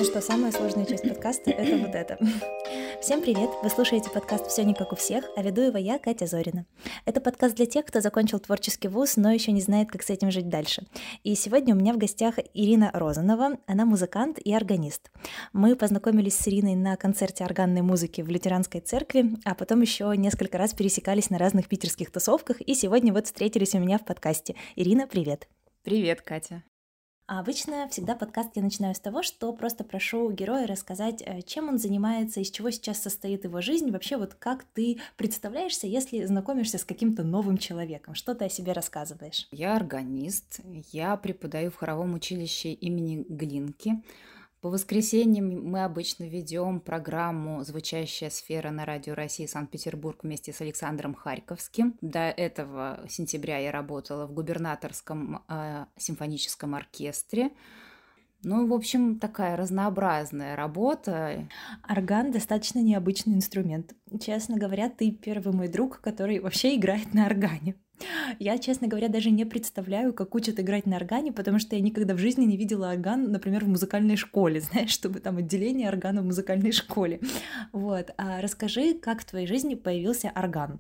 кажется, что самая сложная часть подкаста — это вот это. Всем привет! Вы слушаете подкаст «Все не как у всех», а веду его я, Катя Зорина. Это подкаст для тех, кто закончил творческий вуз, но еще не знает, как с этим жить дальше. И сегодня у меня в гостях Ирина Розанова. Она музыкант и органист. Мы познакомились с Ириной на концерте органной музыки в лютеранской церкви, а потом еще несколько раз пересекались на разных питерских тусовках, и сегодня вот встретились у меня в подкасте. Ирина, привет! Привет, Катя! А обычно всегда подкаст я начинаю с того, что просто прошу героя рассказать, чем он занимается, из чего сейчас состоит его жизнь, вообще вот как ты представляешься, если знакомишься с каким-то новым человеком, что ты о себе рассказываешь? Я органист, я преподаю в хоровом училище имени Глинки. По воскресеньям мы обычно ведем программу «Звучащая сфера» на Радио России Санкт-Петербург вместе с Александром Харьковским. До этого сентября я работала в губернаторском симфоническом оркестре. Ну, в общем, такая разнообразная работа. Орган достаточно необычный инструмент. Честно говоря, ты первый мой друг, который вообще играет на органе. Я, честно говоря, даже не представляю, как учат играть на органе, потому что я никогда в жизни не видела орган, например, в музыкальной школе, знаешь, чтобы там отделение органа в музыкальной школе. Вот. А расскажи, как в твоей жизни появился орган?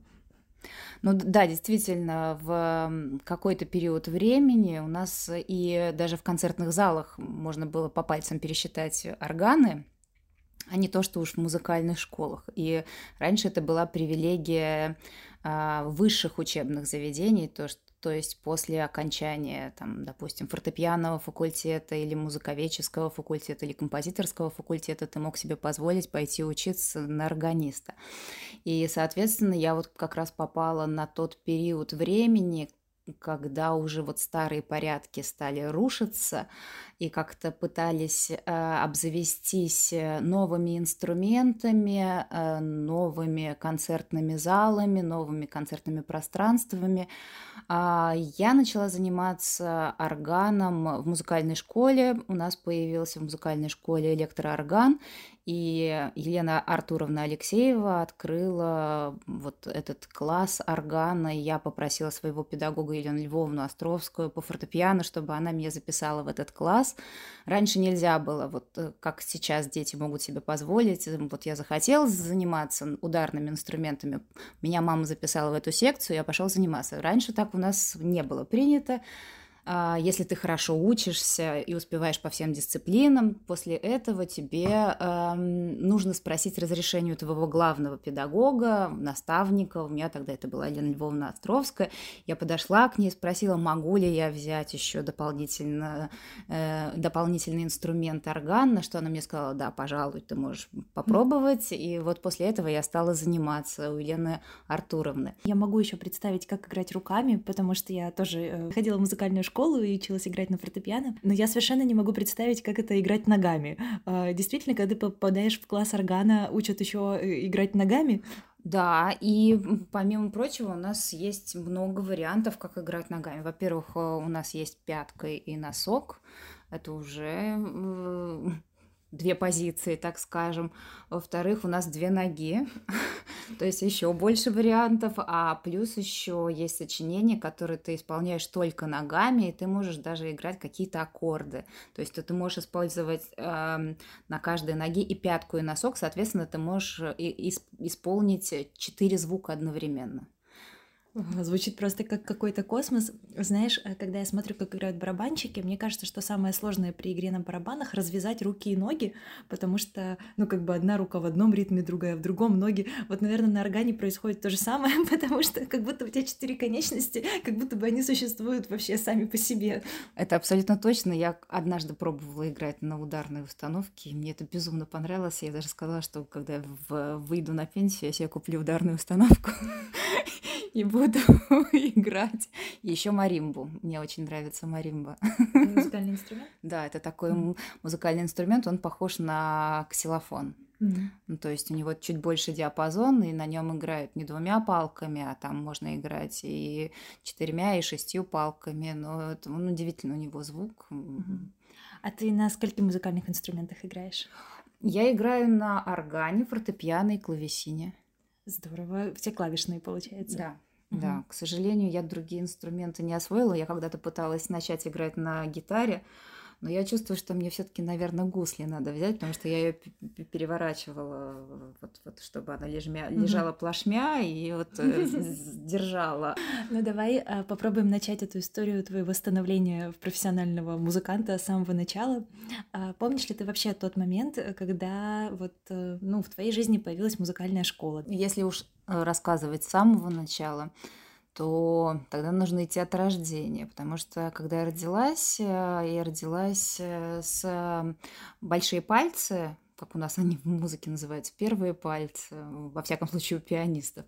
Ну да, действительно, в какой-то период времени у нас и даже в концертных залах можно было по пальцам пересчитать органы, а не то, что уж в музыкальных школах. И раньше это была привилегия высших учебных заведений, то есть после окончания, там, допустим, фортепианного факультета или музыковедческого факультета или композиторского факультета ты мог себе позволить пойти учиться на органиста. И, соответственно, я вот как раз попала на тот период времени, когда уже вот старые порядки стали рушиться и как-то пытались обзавестись новыми инструментами, новыми концертными залами, новыми концертными пространствами. Я начала заниматься органом в музыкальной школе. У нас появился в музыкальной школе электроорган, и Елена Артуровна Алексеева открыла вот этот класс органа, и я попросила своего педагога Елену Львовну Островскую по фортепиано, чтобы она меня записала в этот класс. Раньше нельзя было, вот как сейчас дети могут себе позволить. Вот я захотела заниматься ударными инструментами, меня мама записала в эту секцию, я пошел заниматься. Раньше так у нас не было принято. Если ты хорошо учишься и успеваешь по всем дисциплинам, после этого тебе нужно спросить разрешение у твоего главного педагога, наставника. У меня тогда это была Елена Львовна Островская. Я подошла к ней и спросила, могу ли я взять еще дополнительный инструмент орган, на что она мне сказала, да, пожалуй, ты можешь попробовать. И вот после этого я стала заниматься у Елены Артуровны. Я могу еще представить, как играть руками, потому что я тоже ходила в музыкальную школу и училась играть на фортепиано, но я совершенно не могу представить, как это играть ногами. Действительно, когда ты попадаешь в класс органа, учат еще играть ногами? Да, и помимо прочего у нас есть много вариантов, как играть ногами. Во-первых, у нас есть пятка и носок. Это уже две позиции, так скажем. Во-вторых, у нас две ноги, то есть еще больше вариантов, а плюс еще есть сочинения, которые ты исполняешь только ногами, и ты можешь даже играть какие-то аккорды. То есть ты можешь использовать на каждой ноге и пятку, и носок, соответственно, ты можешь исполнить 4 звука одновременно. Звучит просто как какой-то космос. Знаешь, когда я смотрю, как играют барабанщики, мне кажется, что самое сложное при игре на барабанах — развязать руки и ноги, потому что, одна рука в одном ритме, другая в другом, ноги. Вот, наверное, на органе происходит то же самое, потому что как будто у тебя 4 конечности, как будто бы они существуют вообще сами по себе. Это абсолютно точно. Я однажды пробовала играть на ударной установке, и мне это безумно понравилось. Я даже сказала, что когда я выйду на пенсию, я себе куплю ударную установку и буду играть. И еще маримбу. Мне очень нравится маримба. Музыкальный инструмент? Да, это такой музыкальный инструмент, он похож на ксилофон. Ну, то есть у него чуть больше диапазон, и на нем играют не 2 палками, а там можно играть и 4, и 6 палками. Но это удивительно, у него звук. А ты на скольких музыкальных инструментах играешь? Я играю на органе, фортепиано и клавесине. Здорово. Все клавишные, получается. Да. Да, к сожалению, я другие инструменты не освоила. Я когда-то пыталась начать играть на гитаре, Но я чувствую, что мне все-таки, наверное, гусли надо взять, потому что я ее переворачивала, вот, чтобы она лежала плашмя и вот держала. Ну давай попробуем начать эту историю твоего становления в профессионального музыканта с самого начала. Помнишь ли ты вообще тот момент, когда вот, ну, в твоей жизни появилась музыкальная школа? Если уж рассказывать с самого начала, то тогда нужно идти от рождения, потому что когда я родилась с большие пальцы, как у нас они в музыке называются, первые пальцы, во всяком случае у пианистов.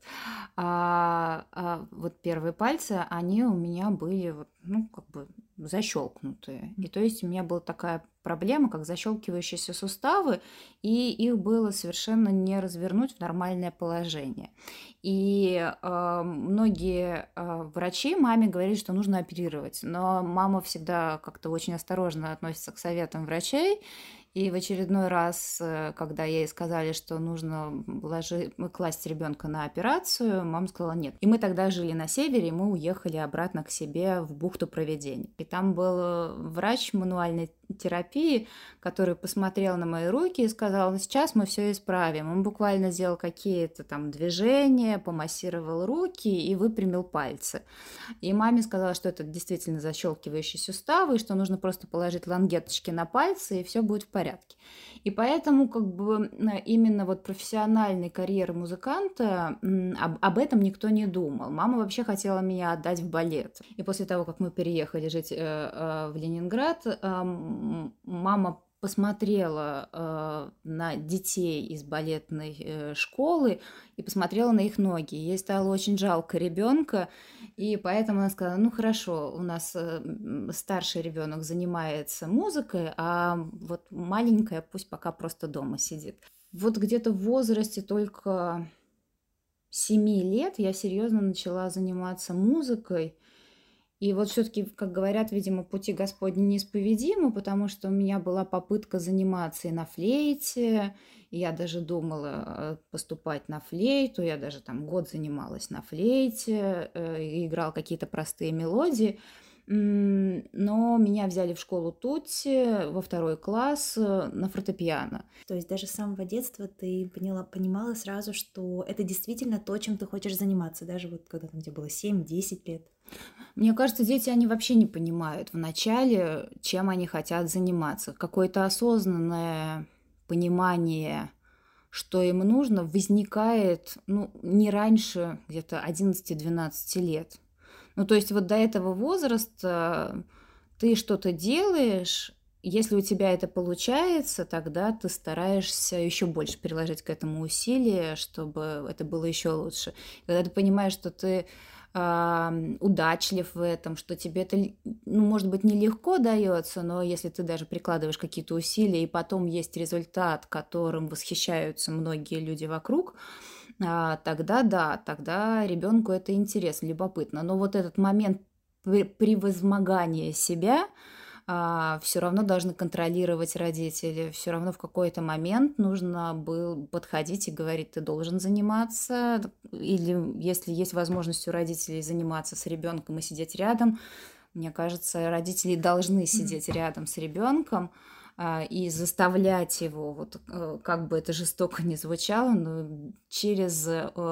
Вот первые пальцы, они у меня были вот, ну, как бы защелкнутые. И то есть у меня была такая проблема, как защелкивающиеся суставы, и их было совершенно не развернуть в нормальное положение. И многие врачи маме говорили, что нужно оперировать, но мама всегда как-то очень осторожно относится к советам врачей. И в очередной раз, когда ей сказали, что нужно класть ребенка на операцию, мама сказала нет. И мы тогда жили на севере, и мы уехали обратно к себе в бухту Провидения. И там был врач мануальной терапии, который посмотрел на мои руки и сказал: сейчас мы все исправим. Он буквально сделал какие-то там движения, помассировал руки и выпрямил пальцы. И маме сказала, что это действительно защелкивающие суставы, и что нужно просто положить лангеточки на пальцы, и все будет в порядке. И поэтому как бы именно вот профессиональной карьеры музыканта об этом никто не думал. Мама вообще хотела меня отдать в балет. И после того, как мы переехали жить в Ленинград, мама посмотрела на детей из балетной школы и посмотрела на их ноги. Ей стало очень жалко ребенка, и поэтому она сказала: ну хорошо, у нас старший ребенок занимается музыкой, а вот маленькая пусть пока просто дома сидит. Вот где-то в возрасте только 7 лет я серьезно начала заниматься музыкой. И вот все-таки, как говорят, видимо, пути Господни неисповедимы, потому что у меня была попытка заниматься и на флейте, и я даже думала поступать на флейту, я даже там год занималась на флейте, играла какие-то простые мелодии, но меня взяли в школу Тутти во 2 класс на фортепиано. То есть даже с самого детства ты понимала сразу, что это действительно то, чем ты хочешь заниматься, даже вот когда там тебе было 7-10 лет? Мне кажется, дети, они вообще не понимают вначале, чем они хотят заниматься. Какое-то осознанное понимание, что им нужно, возникает, ну, не раньше где-то 11-12 лет. Ну, то есть вот до этого возраста ты что-то делаешь, если у тебя это получается, тогда ты стараешься еще больше приложить к этому усилия, чтобы это было еще лучше. Когда ты понимаешь, что ты удачлив в этом, что тебе это, ну, может быть, нелегко дается, но если ты даже прикладываешь какие-то усилия, и потом есть результат, которым восхищаются многие люди вокруг, тогда да, тогда ребенку это интересно, любопытно. Но вот этот момент превозмогания себя все равно должны контролировать родители. Все равно в какой-то момент нужно было подходить и говорить: ты должен заниматься. Или если есть возможность у родителей заниматься с ребенком и сидеть рядом, мне кажется, родители должны сидеть рядом с ребенком и заставлять его, вот как бы это жестоко ни звучало, но через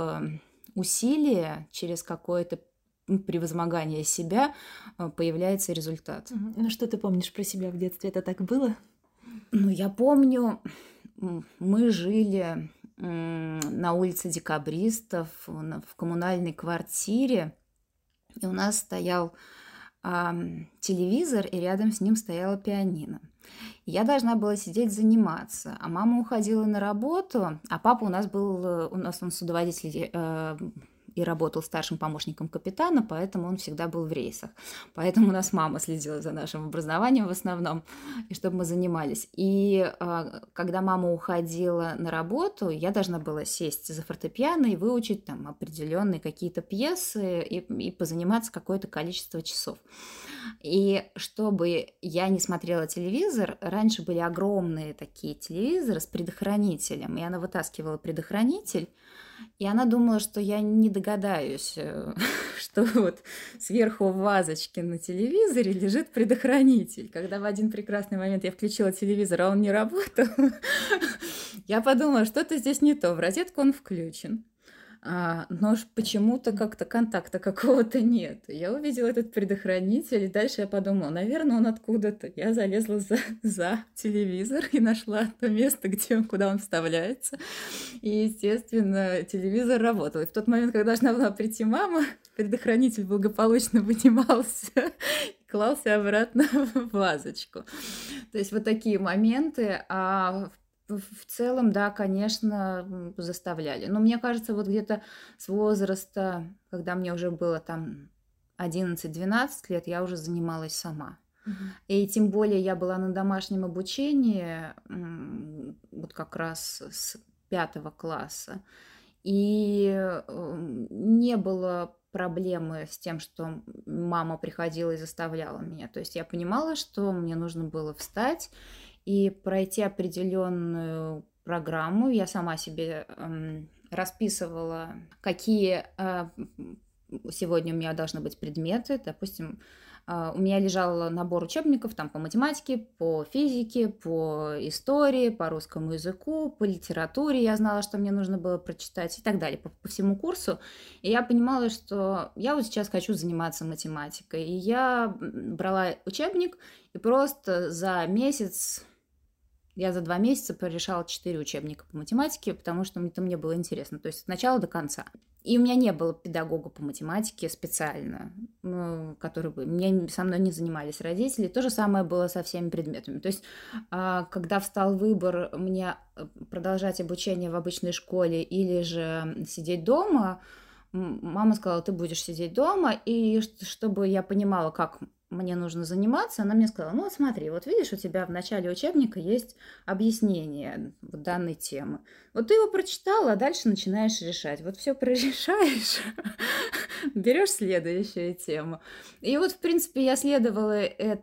усилие, через какое-то превозмогание себя появляется результат. Ну что ты помнишь про себя в детстве? Это так было? Ну, я помню, мы жили на улице Декабристов в коммунальной квартире, и у нас стоял телевизор, и рядом с ним стояла пианино. Я должна была сидеть заниматься, а мама уходила на работу, а папа у нас он судоводитель и работал старшим помощником капитана, поэтому он всегда был в рейсах. Поэтому у нас мама следила за нашим образованием в основном, и чтобы мы занимались. И когда мама уходила на работу, я должна была сесть за фортепиано и выучить там определенные какие-то пьесы и позаниматься какое-то количество часов. И чтобы я не смотрела телевизор, раньше были огромные такие телевизоры с предохранителем, и она вытаскивала предохранитель, И она думала, что я не догадаюсь, что вот сверху в вазочке на телевизоре лежит предохранитель. Когда в один прекрасный момент я включила телевизор, а он не работал, я подумала, что-то здесь не то. В розетку он включен. Но почему-то как-то контакта какого-то нет. Я увидела этот предохранитель, и дальше я подумала, наверное, он откуда-то. Я залезла за телевизор и нашла то место, куда он вставляется. И, естественно, телевизор работал. И в тот момент, когда должна была прийти мама, предохранитель благополучно вынимался и клался обратно в вазочку. То есть вот такие моменты. В целом, да, конечно, заставляли. Но мне кажется, вот где-то с возраста, когда мне уже было там 11-12 лет, я уже занималась сама. И тем более я была на домашнем обучении вот как раз с 5 класса. И не было проблемы с тем, что мама приходила и заставляла меня. То есть я понимала, что мне нужно было встать и пройти определенную программу. Я сама себе расписывала, какие сегодня у меня должны быть предметы. Допустим, у меня лежал набор учебников там, по математике, по физике, по истории, по русскому языку, по литературе. Я знала, что мне нужно было прочитать и так далее по всему курсу. И я понимала, что я вот сейчас хочу заниматься математикой. И я брала учебник и просто за месяц... Я за 2 месяца прорешала 4 учебника по математике, потому что это мне было интересно, то есть от начала до конца. И у меня не было педагога по математике специально, который бы... Со мной не занимались родители. То же самое было со всеми предметами. То есть, когда встал выбор мне продолжать обучение в обычной школе или же сидеть дома, мама сказала, ты будешь сидеть дома, и чтобы я понимала, как мне нужно заниматься, она мне сказала, ну вот смотри, вот видишь, у тебя в начале учебника есть объяснение данной темы. Вот ты его прочитала, а дальше начинаешь решать. Вот все прорешаешь, берешь следующую тему. И вот, в принципе, я следовала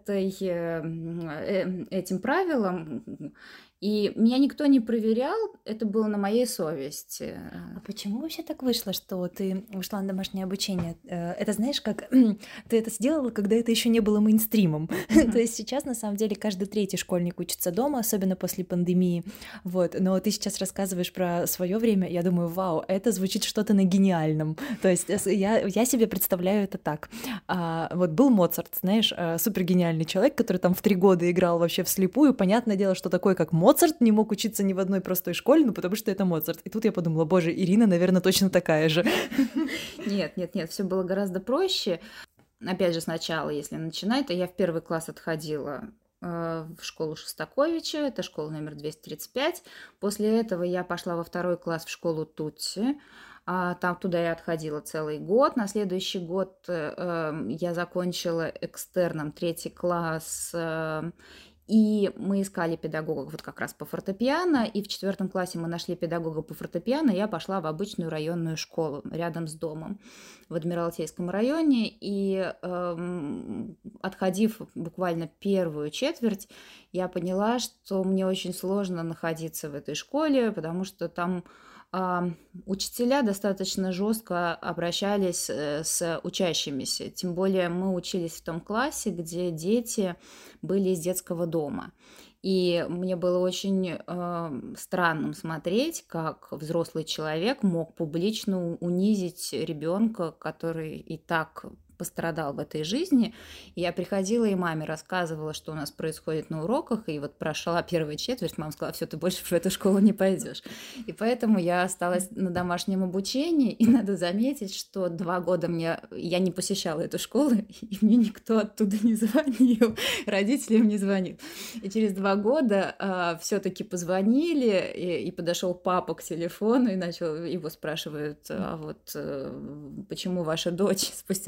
этим правилам, и меня никто не проверял, это было на моей совести. А почему вообще так вышло, что ты ушла на домашнее обучение? Это знаешь, как ты это сделала, когда это еще не было мейнстримом. То есть сейчас, на самом деле, каждый 3-й школьник учится дома, особенно после пандемии. Вот. Но ты сейчас рассказываешь про свое время, я думаю, вау, это звучит что-то на гениальном. То есть я себе представляю это так. Вот был Моцарт, знаешь, супер гениальный человек, который там в 3 года играл вообще вслепую. Понятное дело, что такой, как Моцарт, не мог учиться ни в одной простой школе, ну потому что это Моцарт. И тут я подумала, боже, Ирина, наверное, точно такая же. Нет, все было гораздо проще. Опять же, сначала, если начинать, то я в 1 класс отходила в школу Шостаковича, это школа номер 235. После этого я пошла во 2 класс в школу Тутти. Туда я отходила целый год. На следующий год я закончила экстерном 3 класс. И мы искали педагога вот как раз по фортепиано, и в 4 классе мы нашли педагога по фортепиано, и я пошла в обычную районную школу рядом с домом в Адмиралтейском районе, и отходив буквально 1-ю четверть, я поняла, что мне очень сложно находиться в этой школе, потому что там учителя достаточно жестко обращались с учащимися. Тем более мы учились в том классе, где дети были из детского дома. И мне было очень странным смотреть, как взрослый человек мог публично унизить ребенка, который и так пострадал в этой жизни. И я приходила и маме рассказывала, что у нас происходит на уроках, и вот прошла 1-я четверть, мама сказала, все, ты больше в эту школу не пойдешь. И поэтому я осталась на домашнем обучении, и надо заметить, что 2 года я не посещала эту школу, и мне никто оттуда не звонил, родителям не звонил. И через 2 года все-таки позвонили, и подошел папа к телефону, и его спрашивают, а вот почему ваша дочь спустя 2 года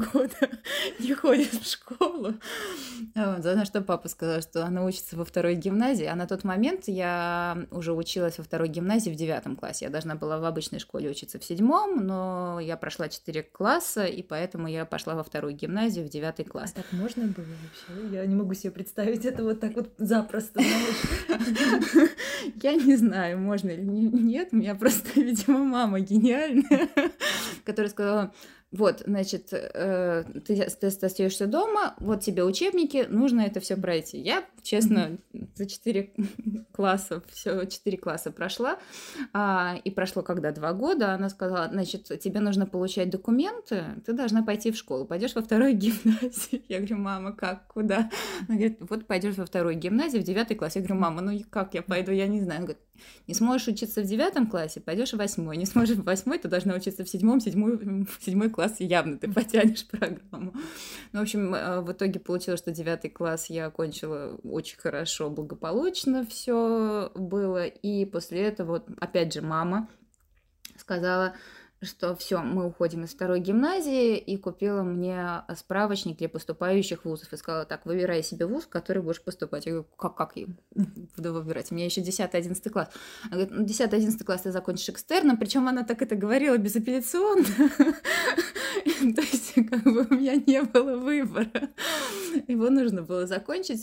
года не ходит в школу. На что папа сказал, что она учится во второй гимназии, а на тот момент я уже училась во второй гимназии в 9 классе. Я должна была в обычной школе учиться в 7, но я прошла 4 класса, и поэтому я пошла во вторую гимназию в 9 класс. А так можно было вообще? Я не могу себе представить это вот так вот запросто, знаешь. Я не знаю, можно или нет. У меня просто, видимо, мама гениальная, которая сказала: вот, значит, ты остаешься дома, вот тебе учебники, нужно это все пройти. Я, честно, за 4 класса, все 4 класса прошла, и прошло когда 2 года, она сказала: значит, тебе нужно получать документы, ты должна пойти в школу, пойдешь во вторую гимназию. Я говорю: мама, как, куда? Она говорит: вот пойдешь во вторую гимназию в 9 классе. Я говорю: мама, ну как я пойду, я не знаю. Она говорит: не сможешь учиться в 9 классе, пойдешь в 8, не сможешь в 8, ты должна учиться в 7 класс явно ты потянешь программу. Ну, в общем, в итоге получилось, что 9 класс я окончила очень хорошо, благополучно все было, и после этого, вот, опять же, мама сказала, что все, мы уходим из второй гимназии, и купила мне справочник для поступающих вузов. И сказала: так, выбирай себе вуз, в который будешь поступать. Я говорю: как я буду выбирать? У меня еще 10-11 класс. Она говорит: 10-11 класс ты закончишь экстерном. Причем она так это говорила безапелляционно. То есть, как бы у меня не было выбора. Его нужно было закончить.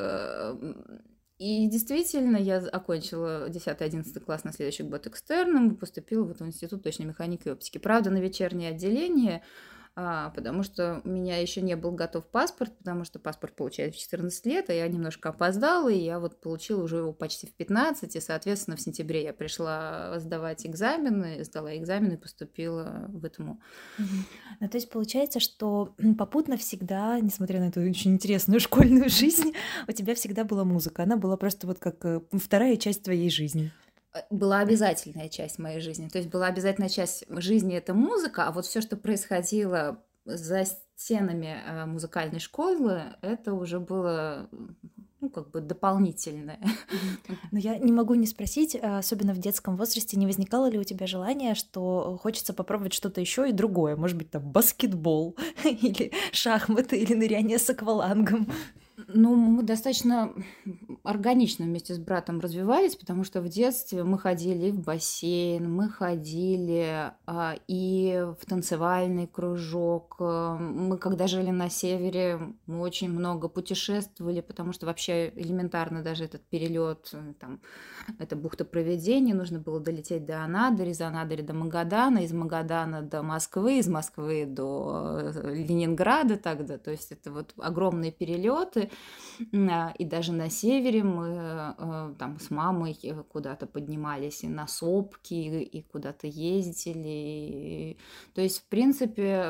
И действительно, я окончила 10-11 класс на следующий год экстерном и поступила в Институт точной механики и оптики. Правда, на вечернее отделение, потому что у меня еще не был готов паспорт, потому что паспорт получается в 14 лет, а я немножко опоздала, и я вот получила уже его почти в 15, и, соответственно, в сентябре я пришла сдавать экзамены, сдала экзамены и поступила в ИТМО. Ну, то есть получается, что попутно всегда, несмотря на эту очень интересную школьную жизнь, у тебя всегда была музыка. Она была просто вот как вторая часть твоей жизни. Была обязательная часть моей жизни. То есть была обязательная часть жизни — это музыка, а вот все, что происходило за стенами музыкальной школы, это уже было, ну, как бы дополнительное. Но я не могу не спросить, особенно в детском возрасте, не возникало ли у тебя желание, что хочется попробовать что-то еще и другое? Может быть, там баскетбол или шахматы, или ныряние с аквалангом? Ну, мы достаточно органично вместе с братом развивались, потому что в детстве мы ходили в бассейн, мы ходили и в танцевальный кружок. Мы, когда жили на севере, мы очень много путешествовали, потому что вообще элементарно даже этот перелет, там, это бухта Провидения, нужно было долететь до Анадыря, из Анадыря до Магадана, из Магадана до Москвы, из Москвы до Ленинграда тогда. То есть это вот огромные перелеты. И даже на севере мы там с мамой куда-то поднимались и на сопки, и куда-то ездили. То есть, в принципе,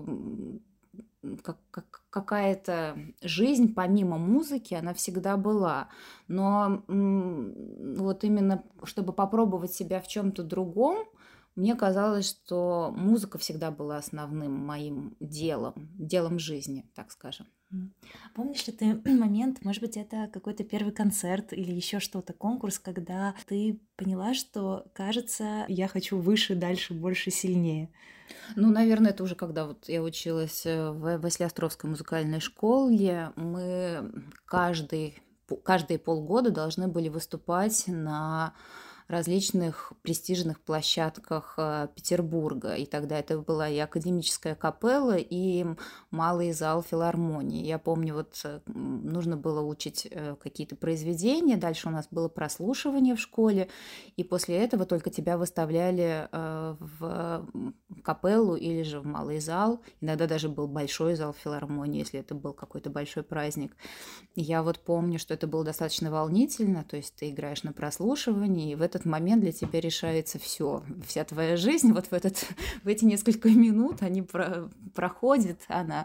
какая-то жизнь помимо музыки, она всегда была. Но вот именно, чтобы попробовать себя в чем-то другом, мне казалось, что музыка всегда была основным моим делом жизни, так скажем. Помнишь ли ты момент, может быть, это какой-то первый концерт или еще что-то, конкурс, когда ты поняла, что, кажется, я хочу выше, дальше, больше, сильнее? Ну, наверное, это уже когда вот я училась в Василеостровской музыкальной школе, мы каждые полгода должны были выступать на различных престижных площадках Петербурга. И тогда это была и академическая капелла, и малый зал филармонии. Я помню, вот нужно было учить какие-то произведения, дальше у нас было прослушивание в школе, и после этого только тебя выставляли в капеллу или же в малый зал. Иногда даже был большой зал филармонии, если это был какой-то большой праздник. Я вот помню, что это было достаточно волнительно, то есть ты играешь на прослушивании, и в этот момент для тебя решается все, вся твоя жизнь, вот в эти несколько минут они проходит она.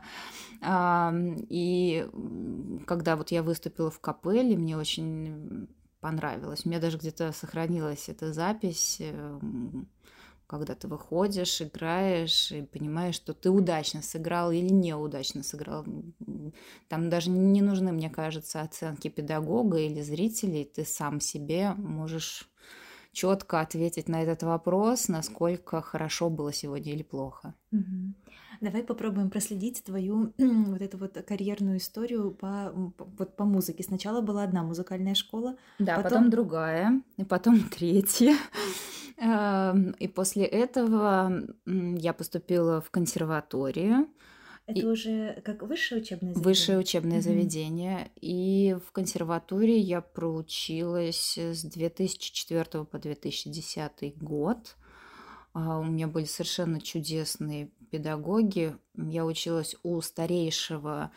И когда вот я выступила в капелле, мне очень понравилось. У меня даже где-то сохранилась эта запись, когда ты выходишь, играешь и понимаешь, что ты удачно сыграл или неудачно сыграл. Там даже не нужны, мне кажется, оценки педагога или зрителей. Ты сам себе можешь четко ответить на этот вопрос, насколько хорошо было сегодня или плохо. Давай попробуем проследить твою вот эту вот карьерную историю вот по музыке. Сначала была одна музыкальная школа, Да, потом потом другая, и потом третья. И после этого я поступила в консерваторию, это и уже как высшее учебное высшее заведение. учебное Мгм. заведение. И в консерватории я проучилась с 2004 по 2010 год. У меня были совершенно чудесные педагоги. Я училась у старейшего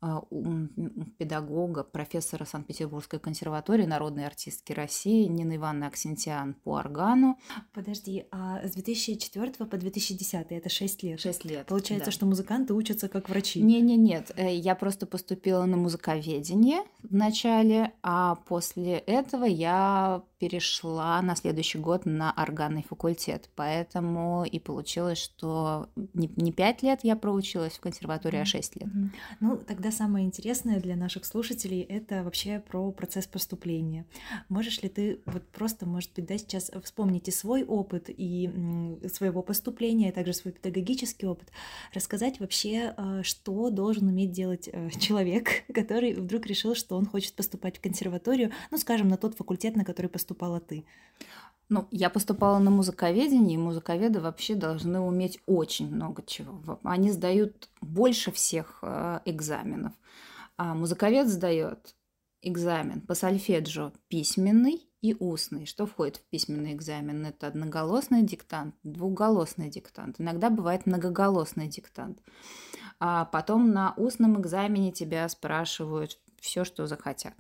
педагога, профессора Санкт-Петербургской консерватории, народной артистки России Нины Ивановны Аксентиан по органу. Подожди, а с 2004 по 2010 это 6 лет? 6 лет, Получается, да. что музыканты учатся как врачи. Нет, я просто поступила на музыковедение вначале, а после этого я перешла на следующий год на органный факультет. Поэтому и получилось, что не 5 лет я проучилась в консерватории, а 6 лет. Ну, тогда самое интересное для наших слушателей — это вообще про процесс поступления. Можешь ли ты вот просто, может быть, да, сейчас вспомнить и свой опыт, и своего поступления, а также свой педагогический опыт, рассказать вообще, что должен уметь делать человек, который вдруг решил, что он хочет поступать в консерваторию, ну, скажем, на тот факультет, на который поступала ты. Ну, я поступала на музыковедение, и музыковеды вообще должны уметь очень много чего. Они сдают больше всех экзаменов. А музыковед сдает экзамен по сольфеджио письменный и устный. Что входит в письменный экзамен? Это одноголосный диктант, двухголосный диктант. Иногда бывает многоголосный диктант. А потом на устном экзамене тебя спрашивают все, что захотят.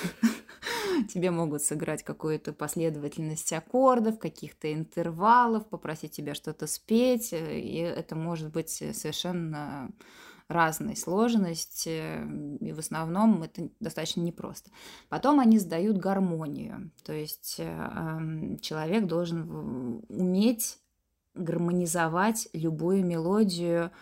Тебе могут сыграть какую-то последовательность аккордов, каких-то интервалов, попросить тебя что-то спеть. И это может быть совершенно разной сложности, и в основном это достаточно непросто. Потом они сдают гармонию, то есть человек должен уметь гармонизовать любую мелодию,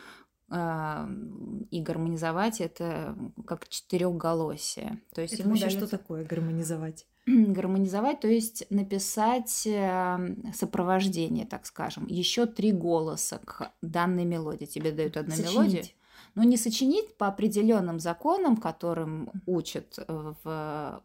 и гармонизовать это как четырехголосие. То есть Это ему вообще дается... что такое гармонизовать? Гармонизовать, то есть написать сопровождение, так скажем, еще 3 голоса к данной мелодии. Тебе дают одну мелодию. Но не сочинить по определенным законам, которым учат в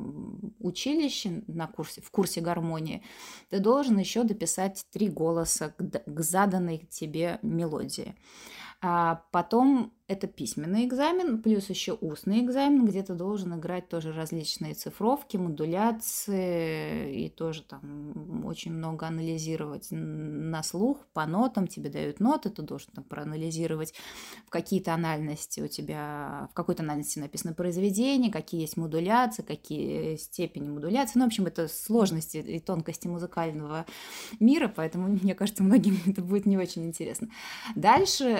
училище в курсе гармонии, ты должен еще дописать 3 голоса к заданной тебе мелодии. А потом это письменный экзамен, плюс еще устный экзамен, где ты должен играть тоже различные цифровки, модуляции, и тоже там очень много анализировать на слух, по нотам. Тебе дают ноты, ты должен там проанализировать, в какой тональности написано произведение, какие есть модуляции, какие степени модуляции. Ну, в общем, это сложности и тонкости музыкального мира, поэтому, мне кажется, многим это будет не очень интересно. Дальше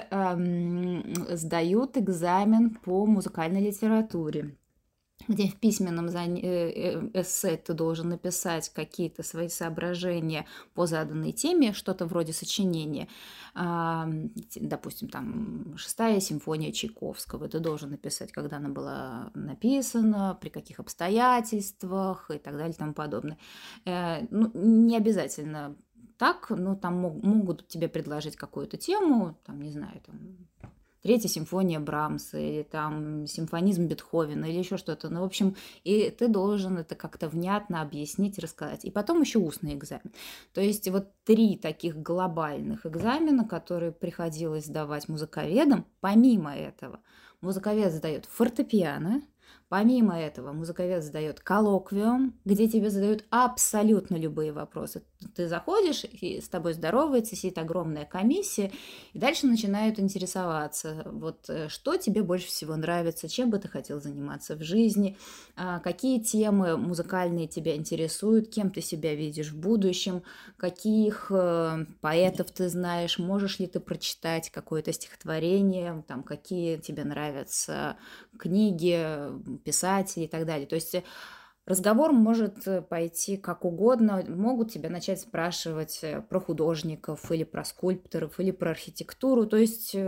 сдают экзамен по музыкальной литературе, где в письменном эссе ты должен написать какие-то свои соображения по заданной теме, что-то вроде сочинения. Допустим, там 6-я симфония Чайковского. Ты должен написать, когда она была написана, при каких обстоятельствах и так далее и тому подобное. Ну, не обязательно так, но там могут тебе предложить какую-то тему, там, не знаю, там... 3-я симфония Брамса, или там симфонизм Бетховена, или еще что-то. Ну, в общем, и ты должен это как-то внятно объяснить, рассказать. И потом еще устный экзамен. То есть вот 3 таких глобальных экзамена, которые приходилось сдавать музыковедам. Помимо этого, музыковед сдает фортепиано. Помимо этого, музыковед сдает коллоквиум, где тебе задают абсолютно любые вопросы. Ты заходишь, и с тобой здоровается, сидит огромная комиссия, и дальше начинают интересоваться, вот что тебе больше всего нравится, чем бы ты хотел заниматься в жизни, какие темы музыкальные тебя интересуют, кем ты себя видишь в будущем, каких поэтов ты знаешь, можешь ли ты прочитать какое-то стихотворение, там, какие тебе нравятся книги, писателей и так далее. То есть разговор может пойти как угодно. Могут тебя начать спрашивать про художников или про скульпторов или про архитектуру. То есть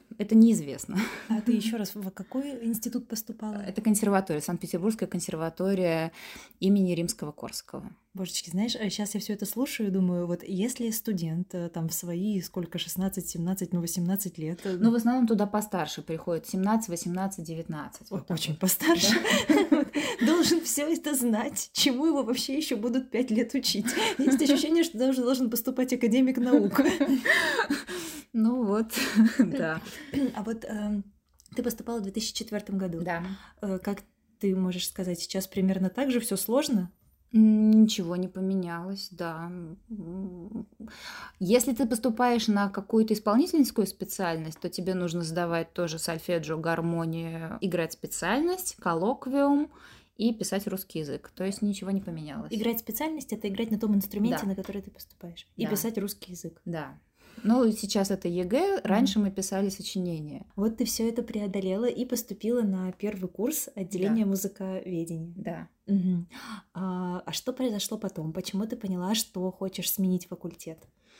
это неизвестно. А ты еще раз в какой институт поступала? Это консерватория, Санкт-Петербургская консерватория имени Римского-Корсакова. Божечки, знаешь, сейчас я все это слушаю и думаю, вот если студент там в свои, сколько, 16, 17, 18 лет... Ну, в основном туда постарше приходят, 17, 18, 19. Вот очень вот. Постарше. Да? Должен все это знать, чему его вообще еще будут 5 лет учить. Есть ощущение, что должен поступать академик наук. Ну вот, да. А вот ты поступала в 2004 году. Да. Как ты можешь сказать, сейчас примерно так же все сложно? Ничего не поменялось, да. Если ты поступаешь на какую-то исполнительскую специальность, то тебе нужно сдавать тоже сольфеджио, гармонию, играть специальность, коллоквиум и писать русский язык. То есть ничего не поменялось. Играть специальность — это играть на том инструменте, на который ты поступаешь. И писать русский язык. Да. Ну, сейчас это ЕГЭ, раньше мы писали сочинения. Вот ты все это преодолела и поступила на первый курс отделения музыковедения. Да. Угу. А что произошло потом? Почему ты поняла, что хочешь сменить факультет?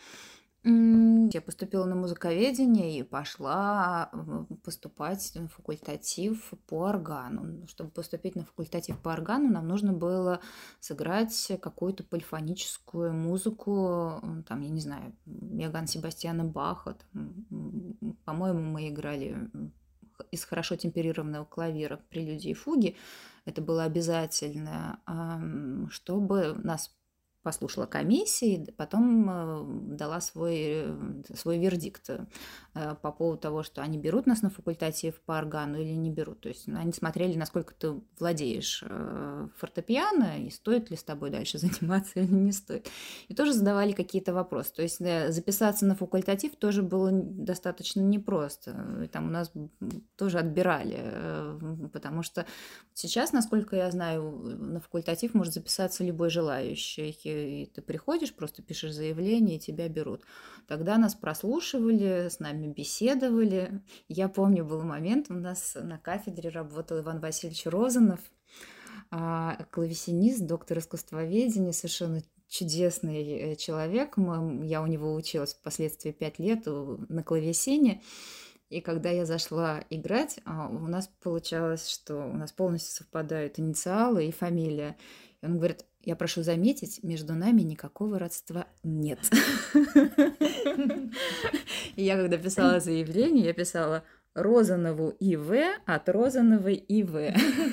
Я поступила на музыковедение и пошла поступать на факультатив по органу. Чтобы поступить на факультатив по органу, нам нужно было сыграть какую-то полифоническую музыку, там, я не знаю, Иоганна Себастьяна Баха. Там, по-моему, мы играли из хорошо темперированного клавира прелюдии и фуги. Это было обязательно, чтобы нас послушала комиссия и потом дала свой вердикт по поводу того, что они берут нас на факультатив по органу или не берут. То есть они смотрели, насколько ты владеешь фортепиано и стоит ли с тобой дальше заниматься или не стоит. И тоже задавали какие-то вопросы. То есть записаться на факультатив тоже было достаточно непросто. И там у нас тоже отбирали, потому что сейчас, насколько я знаю, на факультатив может записаться любой желающий. И ты приходишь, просто пишешь заявление, и тебя берут. Тогда нас прослушивали, с нами беседовали. Я помню, был момент, у нас на кафедре работал Иван Васильевич Розанов, клавесинист, доктор искусствоведения, совершенно чудесный человек. Я у него училась впоследствии 5 лет на клавесине. И когда я зашла играть, у нас получалось, что у нас полностью совпадают инициалы и фамилия. И он говорит: я прошу заметить, между нами никакого родства нет. И я, когда писала заявление, я писала Розанову И.В. от Розановой И.В.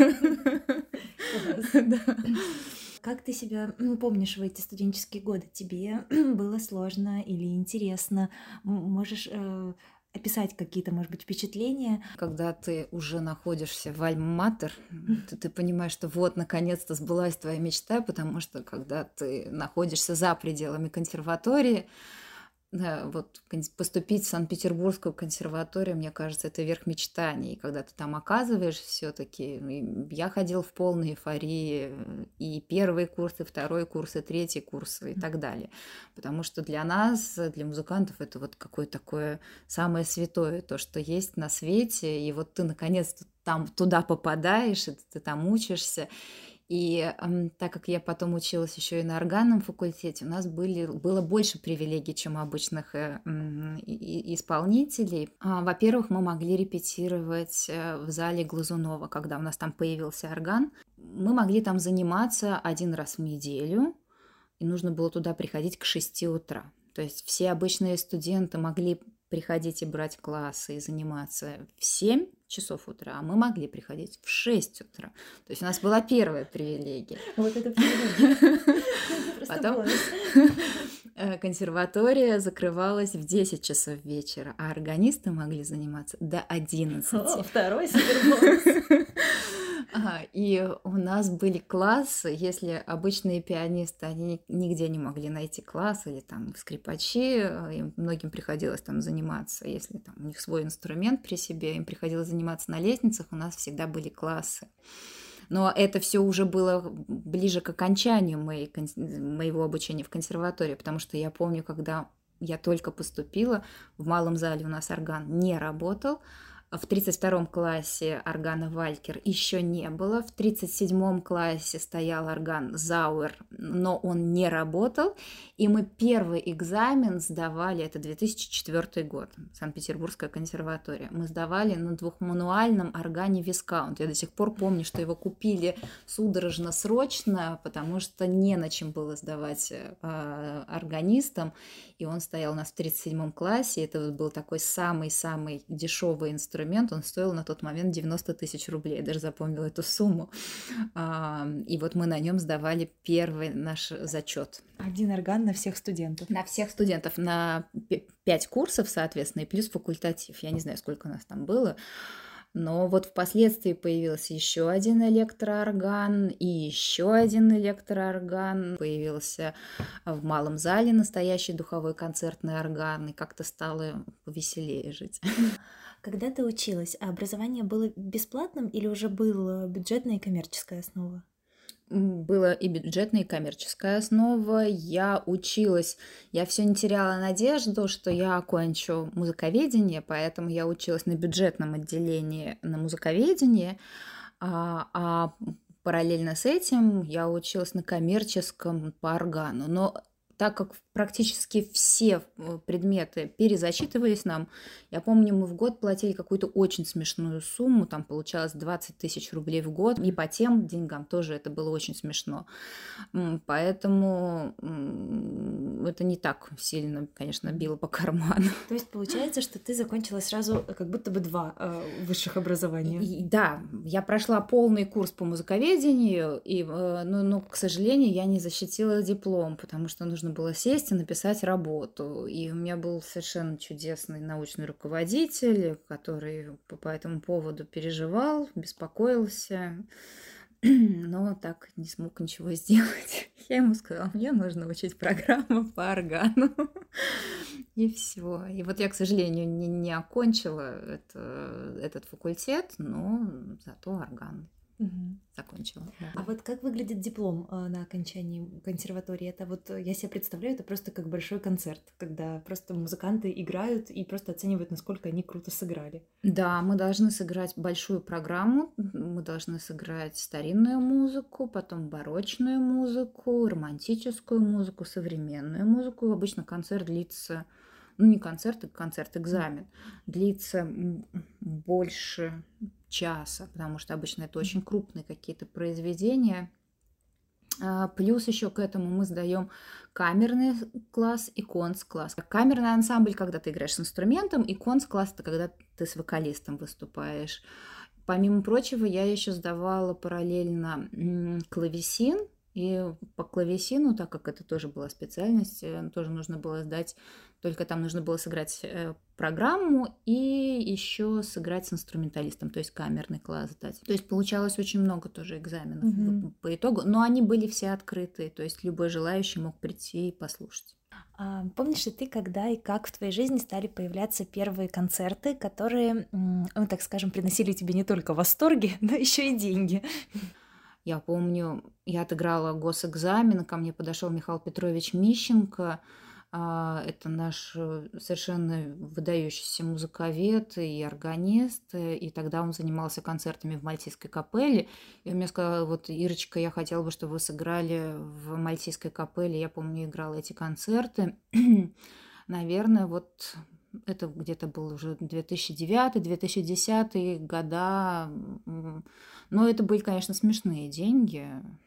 Как ты себя помнишь в эти студенческие годы? Тебе было сложно или интересно? Можешь описать какие-то, может быть, впечатления? Когда ты уже находишься в альма-матер, ты понимаешь, что вот, наконец-то сбылась твоя мечта, потому что когда ты находишься за пределами консерватории, да, вот поступить в Санкт-Петербургскую консерваторию, мне кажется, это верх мечтаний. И когда ты там оказываешься, все-таки я ходила в полной эйфории и первый курс, и второй курс, и третий курс, и так далее. Потому что для нас, для музыкантов, это вот какое-то такое самое святое, то, что есть на свете. И вот ты наконец-то там туда попадаешь, и ты там учишься. И так как я потом училась еще и на органном факультете, у нас было больше привилегий, чем у обычных исполнителей. Во-первых, мы могли репетировать в зале Глазунова, когда у нас там появился орган. Мы могли там заниматься 1 раз в неделю, и нужно было туда приходить к 6 утра. То есть все обычные студенты могли приходить и брать классы и заниматься в 7 часов утра, а мы могли приходить в 6 утра. То есть у нас была первая привилегия. Вот это привилегия. Потом консерватория закрывалась в 10 часов вечера, а органисты могли заниматься до 11. Второй супербонус. И у нас были классы, если обычные пианисты, они нигде не могли найти класс, или там скрипачи, им многим приходилось там заниматься, если там у них свой инструмент при себе, им приходилось заниматься на лестницах, у нас всегда были классы. Но это все уже было ближе к окончанию моего обучения в консерватории, потому что я помню, когда я только поступила, в малом зале у нас орган не работал, В 32-м классе органа Валькер еще не было. В 37-м классе стоял орган Зауэр, но он не работал. И мы первый экзамен сдавали, это 2004 год, Санкт-Петербургская консерватория. Мы сдавали на двухмануальном органе Вискаунт. Я до сих пор помню, что его купили судорожно, срочно, потому что не на чем было сдавать органистам. И он стоял у нас в 37-м классе. Это был такой самый-самый дешевый инструмент. Он стоил на тот момент 90 тысяч рублей. Я даже запомнила эту сумму. И вот мы на нем сдавали первый наш зачет. Один орган на всех студентов. На всех студентов, на 5 курсов, соответственно, и плюс факультатив. Я не знаю, сколько у нас там было. Но вот впоследствии появился еще один электроорган и еще один электроорган. Появился в малом зале настоящий духовой концертный орган, и как-то стало повеселее жить. Когда ты училась, а образование было бесплатным или уже была бюджетная и коммерческая основа? Была и бюджетная, и коммерческая основа. Я училась, я все не теряла надежду, что я окончу музыковедение, поэтому я училась на бюджетном отделении на музыковедении, а параллельно с этим я училась на коммерческом по органу. Но так как практически все предметы перезачитывались нам, я помню, мы в год платили какую-то очень смешную сумму, там получалось 20 тысяч рублей в год, и по тем деньгам тоже это было очень смешно. Поэтому это не так сильно, конечно, било по карману. То есть получается, что ты закончила сразу как будто бы 2 высших образования. Да, я прошла полный курс по музыковедению, но, к сожалению, я не защитила диплом, потому что нужно было сесть и написать работу. И у меня был совершенно чудесный научный руководитель, который по этому поводу переживал, беспокоился, но так не смог ничего сделать. Я ему сказала, мне нужно учить программу по органу. И все. И вот я, к сожалению, не окончила этот факультет, но зато орган закончила. А вот как выглядит диплом на окончании консерватории? Это вот, я себе представляю, это просто как большой концерт, когда просто музыканты играют и просто оценивают, насколько они круто сыграли. Да, мы должны сыграть большую программу, мы должны сыграть старинную музыку, потом барочную музыку, романтическую музыку, современную музыку. Обычно концерт длится, не концерт, экзамен, длится больше часа, потому что обычно это очень крупные какие-то произведения. Плюс еще к этому мы сдаем камерный класс и конц-класс. Камерный ансамбль, когда ты играешь с инструментом, и конц-класс — это когда ты с вокалистом выступаешь. Помимо прочего, я еще сдавала параллельно клавесин. И по клавесину, так как это тоже была специальность, тоже нужно было сдать, только там нужно было сыграть программу и еще сыграть с инструменталистом, то есть камерный класс сдать. То есть получалось очень много тоже экзаменов по итогу, но они были все открытые, то есть любой желающий мог прийти и послушать. Помнишь ли ты, когда и как в твоей жизни стали появляться первые концерты, которые, ну, так скажем, приносили тебе не только восторги, но еще и деньги? Я помню, я отыграла госэкзамен, ко мне подошел Михаил Петрович Мищенко, это наш совершенно выдающийся музыковед и органист, и тогда он занимался концертами в Мальтийской капелле, и он мне сказал, вот, Ирочка, я хотела бы, чтобы вы сыграли в Мальтийской капелле, я помню, играла эти концерты, наверное, вот... Это где-то был уже 2009-2010 года. Но это были, конечно, смешные деньги.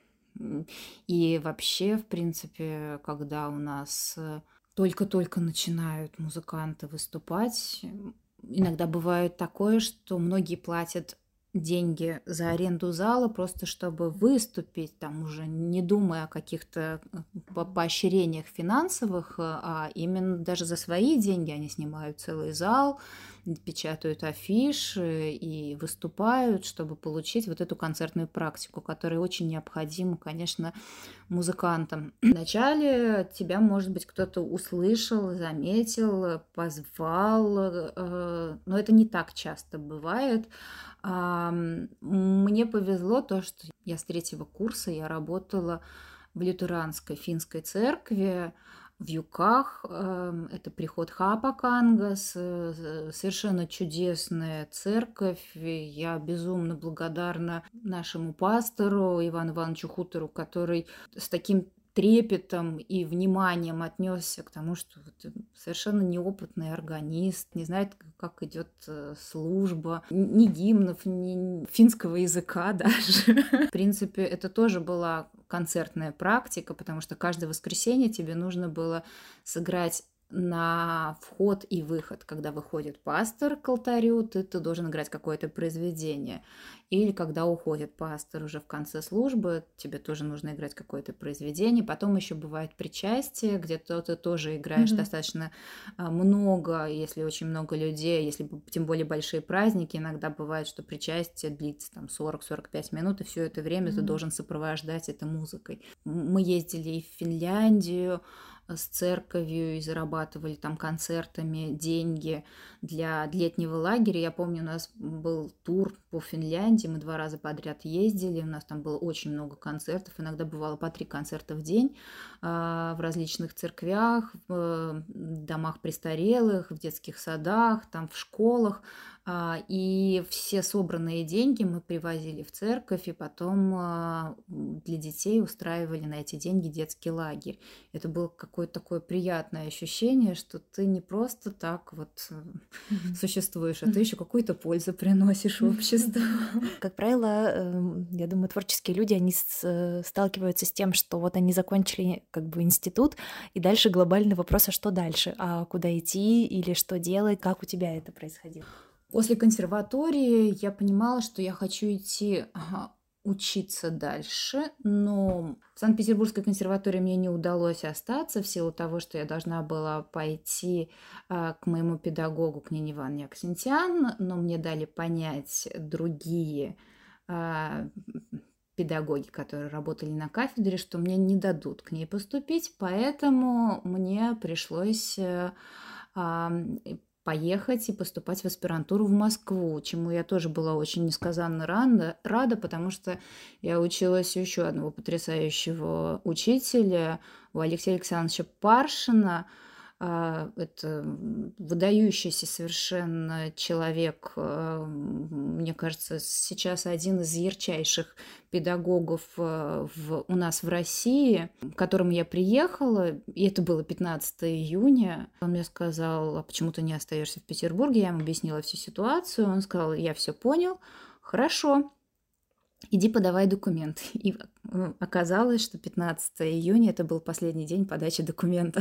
И вообще, в принципе, когда у нас только-только начинают музыканты выступать, иногда бывает такое, что многие платят деньги за аренду зала просто чтобы выступить, там уже не думая о каких-то поощрениях финансовых, а именно даже за свои деньги они снимают целый зал, печатают афиши и выступают, чтобы получить вот эту концертную практику, которая очень необходима, конечно, музыкантам. Вначале тебя, может быть, кто-то услышал, заметил, позвал, но это не так часто бывает. Мне повезло то, что я с 3-го курса я работала в лютеранской финской церкви, вьюках. Это приход Хапакангас, совершенно чудесная церковь. Я безумно благодарна нашему пастору Ивану Ивановичу Хутору, который с таким трепетом и вниманием отнесся к тому, что вот совершенно неопытный органист, не знает, как идет служба, ни гимнов, ни финского языка даже. В принципе, это тоже была концертная практика, потому что каждое воскресенье тебе нужно было сыграть на вход и выход. Когда выходит пастор к алтарю, ты должен играть какое-то произведение. Или когда уходит пастор уже в конце службы, тебе тоже нужно играть какое-то произведение. Потом еще бывает причастие, где ты тоже играешь достаточно много, если очень много людей, если тем более большие праздники, иногда бывает, что причастие длится там 40-45 минут, и все это время ты должен сопровождать это музыкой. Мы ездили и в Финляндию с церковью и зарабатывали там концертами деньги для летнего лагеря. Я помню, у нас был тур по Финляндии, мы 2 раза подряд ездили, у нас там было очень много концертов, иногда бывало по 3 концерта в день в различных церквях, в домах престарелых, в детских садах, там в школах. И все собранные деньги мы привозили в церковь, и потом для детей устраивали на эти деньги детский лагерь. Это было какое-то такое приятное ощущение, что ты не просто так вот существуешь, а ты еще какую-то пользу приносишь обществу. Как правило, я думаю, творческие люди, они сталкиваются с тем, что вот они закончили как бы институт, и дальше глобальный вопрос, а что дальше? А куда идти или что делать? Как у тебя это происходило? После консерватории я понимала, что я хочу идти учиться дальше, но в Санкт-Петербургской консерватории мне не удалось остаться в силу того, что я должна была пойти к моему педагогу, к Нине Ивановне Аксентьян, но мне дали понять другие педагоги, которые работали на кафедре, что мне не дадут к ней поступить, поэтому мне пришлось поехать и поступать в аспирантуру в Москву, чему я тоже была очень несказанно рада, потому что я училась у еще одного потрясающего учителя, у Алексея Александровича Паршина. Это выдающийся совершенно человек, мне кажется, сейчас один из ярчайших педагогов у нас в России, к которому я приехала, и это было 15 июня. Он мне сказал: а почему ты не остаешься в Петербурге? Я ему объяснила всю ситуацию. Он сказал: я все понял, хорошо. Иди подавай документы. И оказалось, что 15 июня это был последний день подачи документов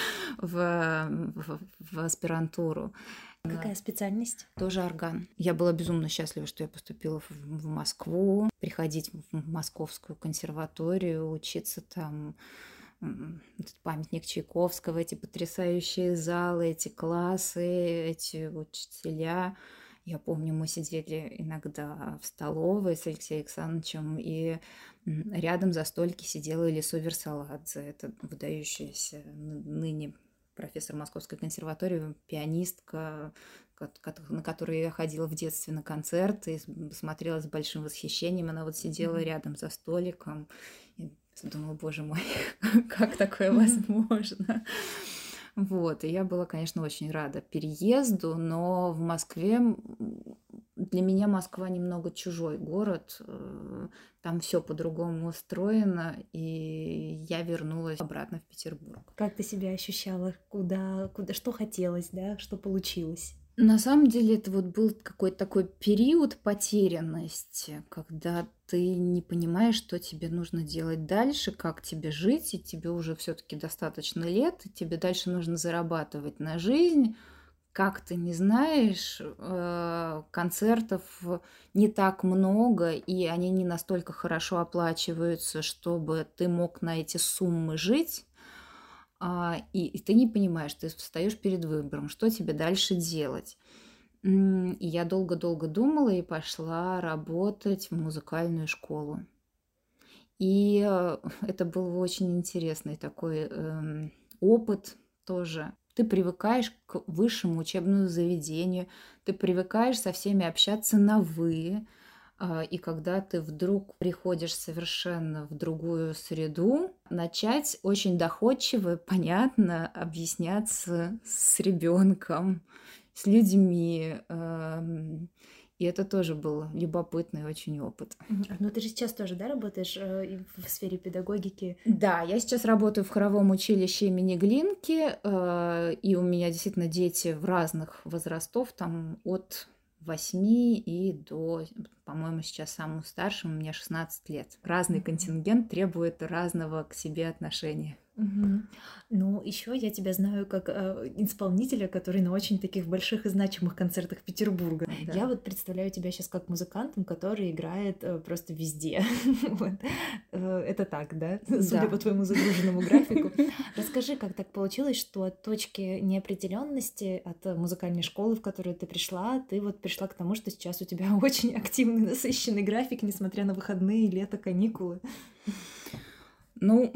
в аспирантуру. Какая специальность? Тоже орган. Я была безумно счастлива, что я поступила в Москву, приходить в Московскую консерваторию, учиться там. Этот памятник Чайковского, эти потрясающие залы, эти классы, эти учителя. Я помню, мы сидели иногда в столовой с Алексеем Александровичем, и рядом за столики сидела Элисо Версаладзе, это выдающаяся ныне профессор Московской консерватории, пианистка, на которой я ходила в детстве на концерты, и смотрела с большим восхищением. Она вот сидела рядом за столиком, и думала: боже мой, как такое возможно? Вот, и я была, конечно, очень рада переезду, но в Москве, для меня Москва немного чужой город, там все по-другому устроено, и я вернулась обратно в Петербург. Как ты себя ощущала? Куда, что хотелось, да? Что получилось? На самом деле это вот был какой-то такой период потерянности, когда ты не понимаешь, что тебе нужно делать дальше, как тебе жить, и тебе уже все-таки достаточно лет, и тебе дальше нужно зарабатывать на жизнь. Как ты не знаешь, концертов не так много, и они не настолько хорошо оплачиваются, чтобы ты мог на эти суммы жить. И ты не понимаешь, ты встаешь перед выбором, что тебе дальше делать. И я долго-долго думала и пошла работать в музыкальную школу. И это был очень интересный такой опыт тоже. Ты привыкаешь к высшему учебному заведению, ты привыкаешь со всеми общаться на «вы». И когда ты вдруг приходишь совершенно в другую среду, начать очень доходчиво, понятно объясняться с ребенком, с людьми. И это тоже был любопытный очень опыт. Ну, ты же сейчас тоже, да, работаешь в сфере педагогики? Да, я сейчас работаю в хоровом училище имени Глинки, и у меня действительно дети в разных возрастов, там от 8 и до, по-моему, сейчас самому старшему, у меня 16 лет. Разный контингент требует разного к себе отношения. Ну, еще я тебя знаю как исполнителя, который на очень таких больших и значимых концертах Петербурга. Да. Я вот представляю тебя сейчас как музыкантом, который играет просто везде. Вот. Это так, да? Судя по твоему загруженному графику. Расскажи, как так получилось, что от точки неопределенности, от музыкальной школы, в которую ты пришла, ты вот пришла к тому, что сейчас у тебя очень активный, насыщенный график, несмотря на выходные, лето, каникулы. Ну,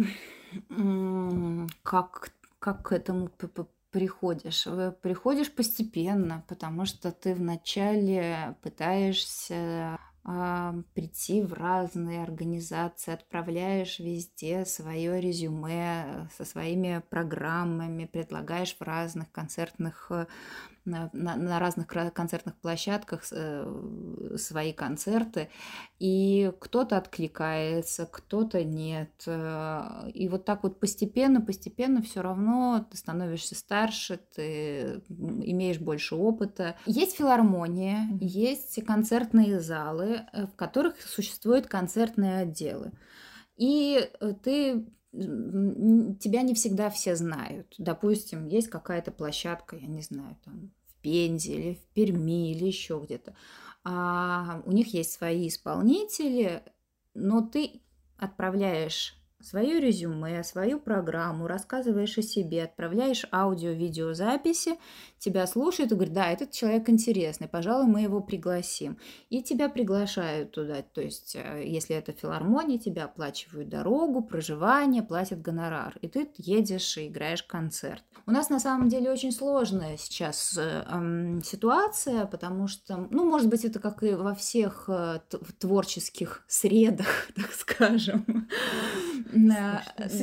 как к этому приходишь? Приходишь постепенно, потому что ты вначале пытаешься прийти в разные организации, отправляешь везде свое резюме со своими программами, предлагаешь в разных концертных на разных концертных площадках свои концерты, и кто-то откликается, кто-то нет. И вот так вот постепенно все равно ты становишься старше, ты имеешь больше опыта. Есть филармония, есть концертные залы, в которых существуют концертные отделы. И тебя не всегда все знают. Допустим, есть какая-то площадка, я не знаю, там в Пензе или в Перми или еще где-то. У них есть свои исполнители, но ты отправляешь свое резюме, свою программу, рассказываешь о себе, отправляешь аудио-видеозаписи, тебя слушают и говорят, да, этот человек интересный, пожалуй, мы его пригласим. И тебя приглашают туда, то есть, если это филармония, тебя оплачивают дорогу, проживание, платят гонорар, и ты едешь и играешь концерт. У нас на самом деле очень сложная сейчас ситуация, потому что, ну, может быть, это как и во всех творческих средах, так скажем. Да,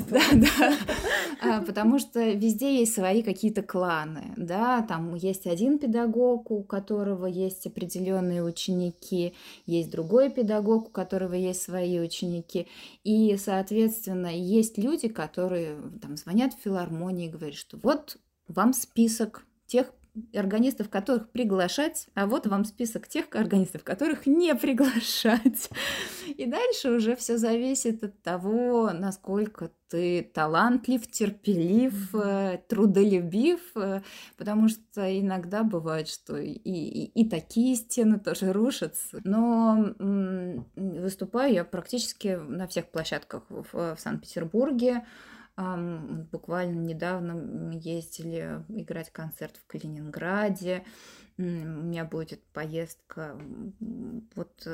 потому что везде есть свои какие-то кланы, да, там есть один педагог, у которого есть определенные ученики, есть другой педагог, у которого есть свои ученики, и, соответственно, есть люди, которые там звонят в филармонии и говорят, что вот вам список тех органистов, которых приглашать, а вот вам список тех органистов, которых не приглашать. И дальше уже все зависит от того, насколько ты талантлив, терпелив, трудолюбив, потому что иногда бывает, что и такие стены тоже рушатся. Но выступаю я практически на всех площадках в Санкт-Петербурге. Буквально недавно мы ездили играть концерт в Калининграде. У меня будет поездка вот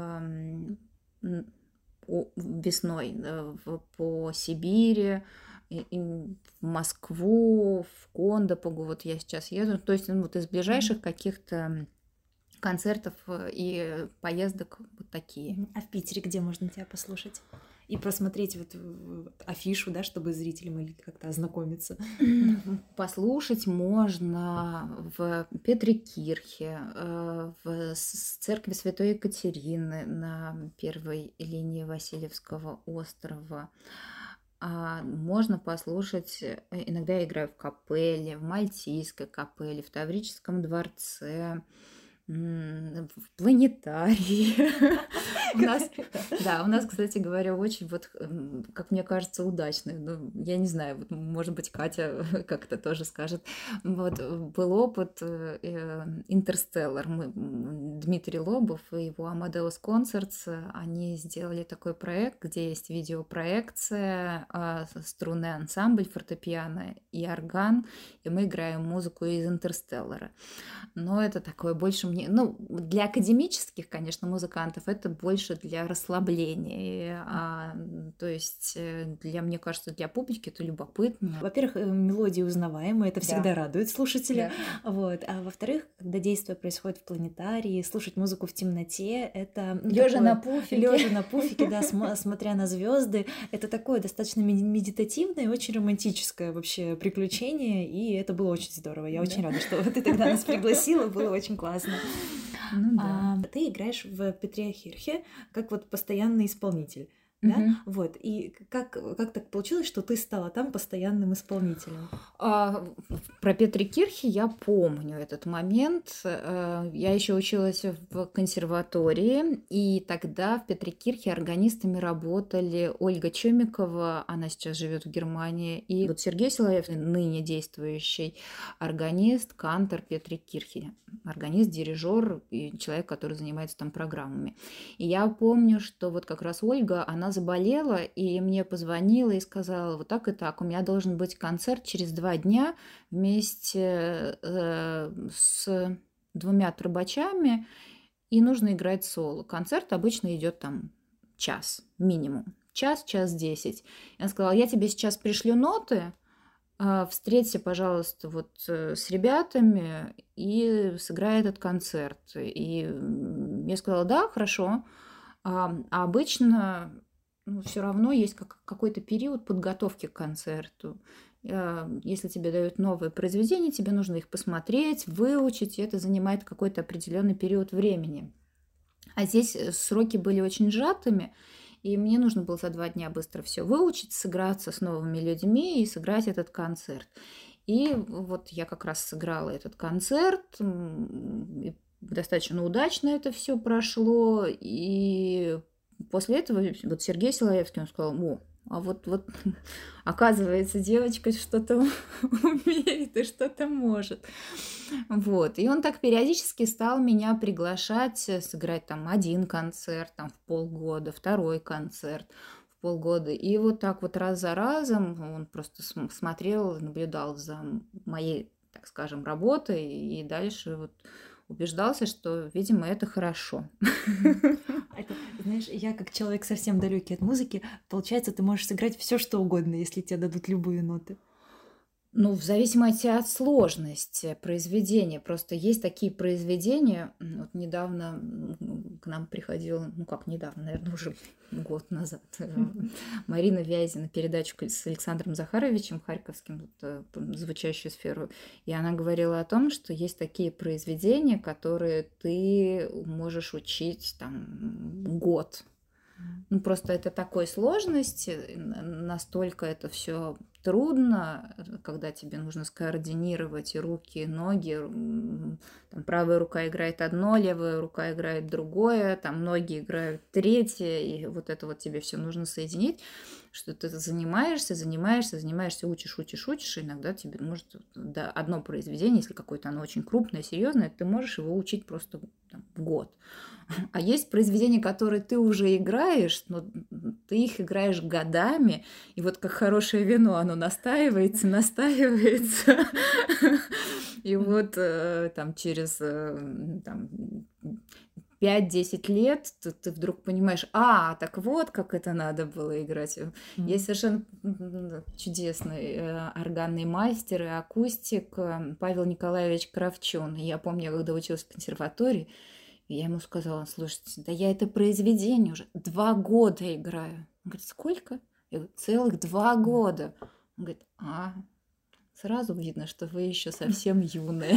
весной по Сибири, в Москву, в Кондопогу. Вот я сейчас еду. То есть вот из ближайших каких-то концертов и поездок вот такие. А в Питере где можно тебя послушать? И просмотреть вот афишу, да, чтобы зрители могли как-то ознакомиться. Послушать можно в Петрикирхе, в церкви Святой Екатерины на первой линии Васильевского острова. Можно послушать, иногда я играю в капелле, в Мальтийской капелле, в Таврическом дворце, в планетарии. У нас, кстати говоря, очень, вот, как мне кажется, удачный. Ну, я не знаю, вот, может быть, Катя как-то тоже скажет. Вот, был опыт «Интерстеллар». Дмитрий Лобов и его «Амадеус Концертс», они сделали такой проект, где есть видеопроекция, струнный ансамбль, фортепиано и орган, и мы играем музыку из «Интерстеллара». Но это такое больше мне... Ну, для академических, конечно, музыкантов это больше больше для расслабления. То есть, мне кажется, для публики это любопытно. Во-первых, мелодии узнаваемые, это всегда радует слушателя. Да. Вот. А во-вторых, когда действие происходит в планетарии, слушать музыку в темноте, это лежа на пуфике, да, смотря на звезды, это такое достаточно медитативное и очень романтическое вообще приключение, и это было очень здорово. Я очень рада, что ты тогда нас пригласила, было очень классно. Ты играешь в Петре Кирхе как вот постоянный исполнитель. Да? Вот. И как так получилось, что ты стала там постоянным исполнителем? Про Петре Кирхе я помню этот момент. Я еще училась в консерватории, и тогда в Петре Кирхе органистами работали Ольга Чумикова, она сейчас живет в Германии, и вот Сергей Соловьев, ныне действующий органист, кантор Петре Кирхе, органист, дирижер и человек, который занимается там программами. И я помню, что вот как раз Ольга, она заболела, и мне позвонила и сказала: вот так и так, у меня должен быть концерт через 2 дня вместе с 2 трубачами, и нужно играть соло. Концерт обычно идет там час минимум, час 10. Я сказала: я тебе сейчас пришлю ноты, встреться, пожалуйста, вот с ребятами и сыграй этот концерт. И я сказала: да, хорошо. А обычно все равно есть какой-то период подготовки к концерту. Если тебе дают новые произведения, тебе нужно их посмотреть, выучить, и это занимает какой-то определенный период времени. А здесь сроки были очень сжатыми, и мне нужно было за 2 дня быстро все выучить, сыграться с новыми людьми и сыграть этот концерт. И вот я как раз сыграла этот концерт, и достаточно удачно это все прошло, и после этого вот Сергей Соловьевский, он сказал: а вот оказывается, девочка что-то умеет и что-то может. Вот. И он так периодически стал меня приглашать сыграть там 1 концерт там, в полгода, 2 концерт в полгода. И вот так вот раз за разом он просто смотрел, наблюдал за моей, так скажем, работой, и дальше вот убеждался, что, видимо, это хорошо. Это, знаешь, я как человек совсем далекий от музыки, получается, ты можешь сыграть все, что угодно, если тебе дадут любые ноты. Ну, в зависимости от сложности произведения. Просто есть такие произведения. Вот недавно к нам приходила, как недавно, наверное, уже год назад, Марина Вязина, передачу с Александром Захаровичем Харьковским, звучащую сферу. И она говорила о том, что есть такие произведения, которые ты можешь учить там год. Ну, просто это такой сложности, настолько это все трудно, когда тебе нужно скоординировать и руки, и ноги. Там правая рука играет одно, левая рука играет другое, там ноги играют третье, и вот это вот тебе все нужно соединить, что ты занимаешься, учишь, и иногда тебе может одно произведение, если какое-то оно очень крупное, серьезное, ты можешь его учить просто там, в год. А есть произведения, которые ты уже играешь, но ты их играешь годами, и вот как хорошее вино, оно настаивается. И вот там через 5-10 лет ты вдруг понимаешь: так вот, как это надо было играть. Есть совершенно чудесный органный мастер и акустик Павел Николаевич Кравчун. Я помню, когда училась в консерватории, я ему сказала: слушайте, да я это произведение уже 2 года играю. Он говорит: сколько? Я говорю: целых 2 года. Он говорит: сразу видно, что вы еще совсем юные.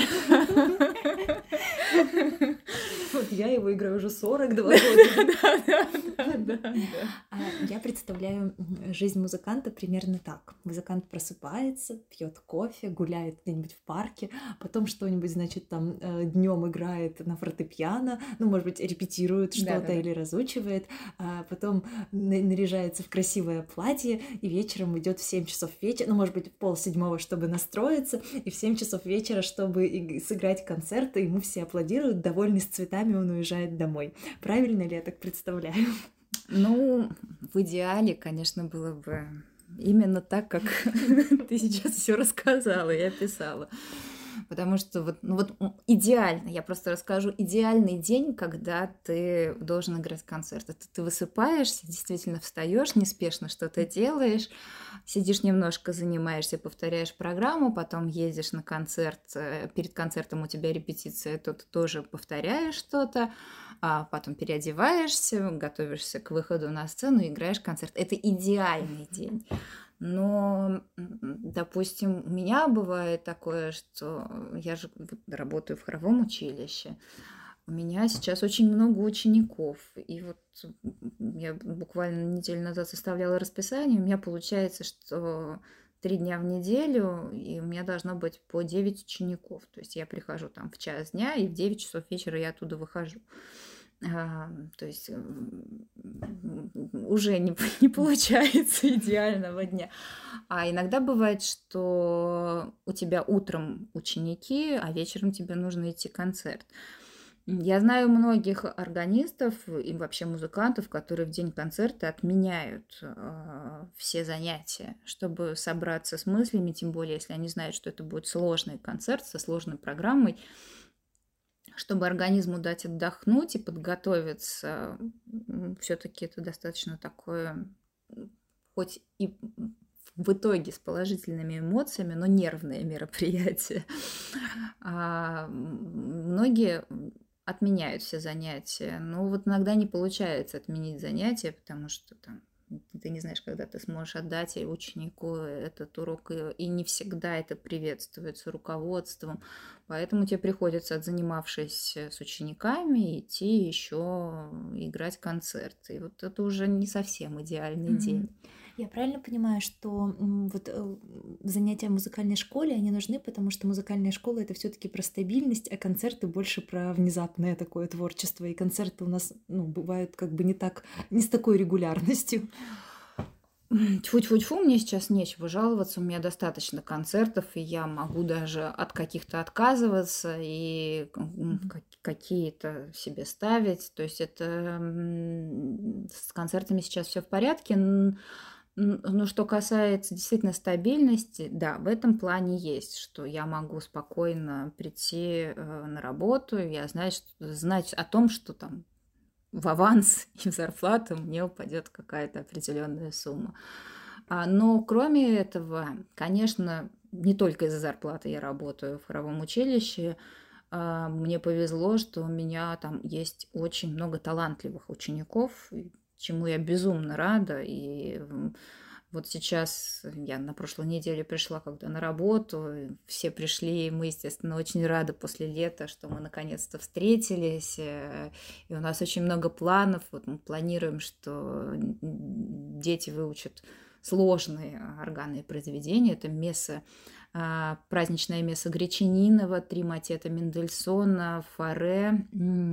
Вот я его играю уже 42 года. Да. Я представляю жизнь музыканта примерно так. Музыкант просыпается, пьет кофе, гуляет где-нибудь в парке, потом что-нибудь, значит, там днем играет на фортепиано, может быть, репетирует что-то или разучивает, потом наряжается в красивое платье и вечером идет в 7 часов вечера, может быть, в 6:30, чтобы настроиться, и в 7 часов вечера, чтобы сыграть концерт, и ему все аплодируют, довольный, с цветами он уезжает домой. Правильно ли я так представляю? Ну, в идеале, конечно, было бы именно так, как ты сейчас все рассказала и описала. Потому что идеально, я просто расскажу, идеальный день, когда ты должен играть концерт. Это ты высыпаешься, действительно встаешь, неспешно что-то делаешь, сидишь немножко, занимаешься, повторяешь программу, потом едешь на концерт, перед концертом у тебя репетиция, то ты тоже повторяешь что-то, а потом переодеваешься, готовишься к выходу на сцену и играешь концерт. Это идеальный день. Но, допустим, у меня бывает такое, что я же работаю в хоровом училище. У меня сейчас очень много учеников. И вот я буквально неделю назад составляла расписание. У меня получается, что 3 дня в неделю, и у меня должно быть по 9 учеников. То есть я прихожу там в час дня, и в 9 часов вечера я оттуда выхожу. То есть уже не получается идеального дня. А иногда бывает, что у тебя утром ученики, а вечером тебе нужно идти концерт. Я знаю многих органистов и вообще музыкантов, которые в день концерта отменяют все занятия, чтобы собраться с мыслями, тем более, если они знают, что это будет сложный концерт со сложной программой, чтобы организму дать отдохнуть и подготовиться. Все-таки это достаточно такое, хоть и в итоге с положительными эмоциями, но нервное мероприятие. Многие отменяют все занятия, но вот иногда не получается отменить занятия, потому что там ты не знаешь, когда ты сможешь отдать ученику этот урок, и не всегда это приветствуется руководством. Поэтому тебе приходится, отзанимавшись с учениками, идти еще играть концерты. И вот это уже не совсем идеальный день. Я правильно понимаю, что занятия в музыкальной школе, они нужны, потому что музыкальная школа — это все-таки про стабильность, а концерты больше про внезапное такое творчество, и концерты у нас бывают как бы не с такой регулярностью. Тьфу-тьфу-тьфу, мне сейчас нечего жаловаться, у меня достаточно концертов, и я могу даже от каких-то отказываться и какие-то себе ставить. То есть это с концертами сейчас все в порядке. Но что касается действительно стабильности, да, в этом плане есть, что я могу спокойно прийти на работу, я знать о том, что там в аванс и в зарплату мне упадет какая-то определенная сумма. Но кроме этого, конечно, не только из-за зарплаты я работаю в хоровом училище. Мне повезло, что у меня там есть очень много талантливых учеников, чему я безумно рада. И вот сейчас я на прошлой неделе пришла когда на работу, все пришли, и мы, естественно, очень рады после лета, что мы наконец-то встретились, и у нас очень много планов. Вот мы планируем, что дети выучат сложные органные произведения. Это месса, праздничная месса Гречанинова, 3 мотета Мендельсона, Фаре,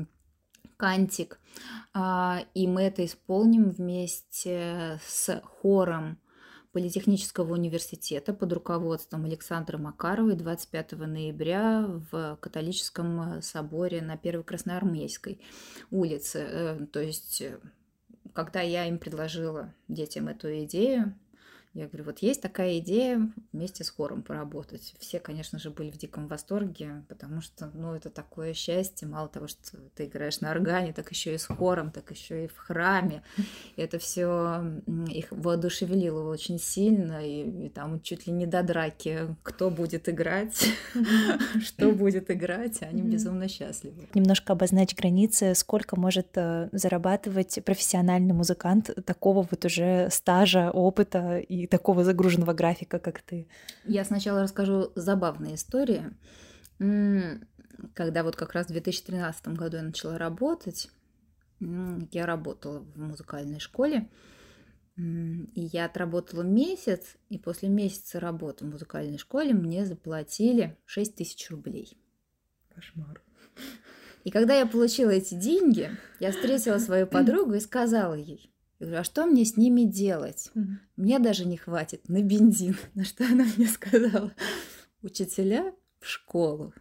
Кантик. И мы это исполним вместе с хором Политехнического университета под руководством Александры Макаровой 25 ноября в католическом соборе на Первой Красноармейской улице. То есть, когда я им предложила, детям, эту идею, я говорю, вот есть такая идея вместе с хором поработать. Все, конечно же, были в диком восторге, потому что, это такое счастье. Мало того, что ты играешь на органе, так еще и с хором, так еще и в храме. И это все их воодушевило очень сильно, и там чуть ли не до драки, кто будет играть, что будет играть, они безумно счастливы. Немножко обозначь границы, сколько может зарабатывать профессиональный музыкант такого вот уже стажа, опыта и такого загруженного графика, как ты. Я сначала расскажу забавные истории. Когда вот как раз в 2013 году я начала работать, я работала в музыкальной школе, и я отработала месяц, и после месяца работы в музыкальной школе мне заплатили 6 тысяч рублей. Кошмар. И когда я получила эти деньги, я встретила свою подругу и сказала ей: я говорю, а что мне с ними делать? Мне даже не хватит на бензин. На что она мне сказала: учителя в школу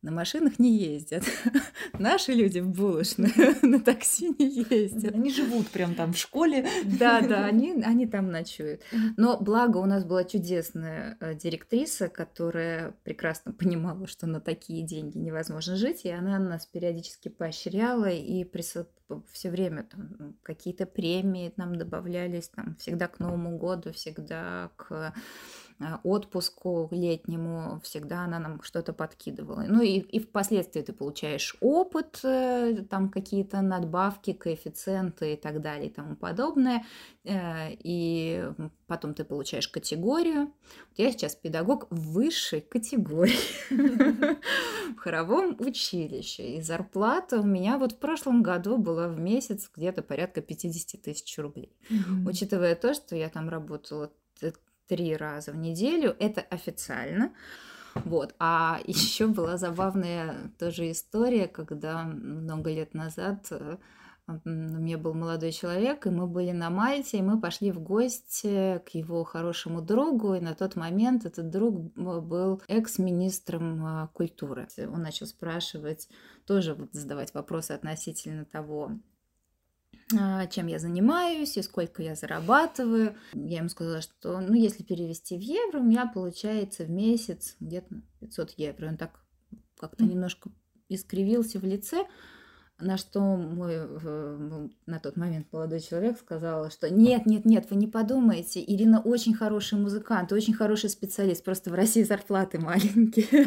на машинах не ездят. Наши люди в булочную на такси не ездят. Они живут прям там в школе. Да, они там ночуют. Но благо у нас была чудесная директриса, которая прекрасно понимала, что на такие деньги невозможно жить, и она нас периодически поощряла, и все время там какие-то премии нам добавлялись, там, всегда к Новому году, всегда к отпуску летнему, всегда она нам что-то подкидывала. Ну и впоследствии ты получаешь опыт, там какие-то надбавки, коэффициенты и так далее и тому подобное. И потом ты получаешь категорию. Я сейчас педагог высшей категории в хоровом училище. И зарплата у меня вот в прошлом году была в месяц где-то порядка 50 тысяч рублей. Учитывая то, что я там работала 3 раза в неделю, это официально. Вот. А еще была забавная тоже история, когда много лет назад у меня был молодой человек, и мы были на Мальте, и мы пошли в гости к его хорошему другу, и на тот момент этот друг был экс-министром культуры. Он начал спрашивать, тоже задавать вопросы относительно того, чем я занимаюсь и сколько я зарабатываю. Я ему сказала, что, если перевести в евро, у меня получается в месяц где-то 500 евро. Он так как-то немножко искривился в лице, на что мой на тот момент молодой человек сказал, что нет, вы не подумайте, Ирина очень хороший музыкант, очень хороший специалист, просто в России зарплаты маленькие.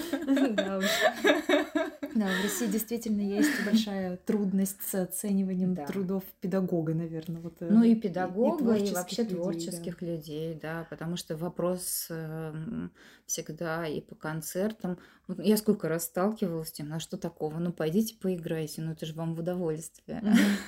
Да, в России действительно есть большая трудность с оцениванием трудов педагога, наверное. И педагога, и вообще творческих людей, да, потому что вопрос всегда и по концертам. Я сколько раз сталкивалась с тем, что такого? Пойдите поиграйте, это же вам в удовольствие.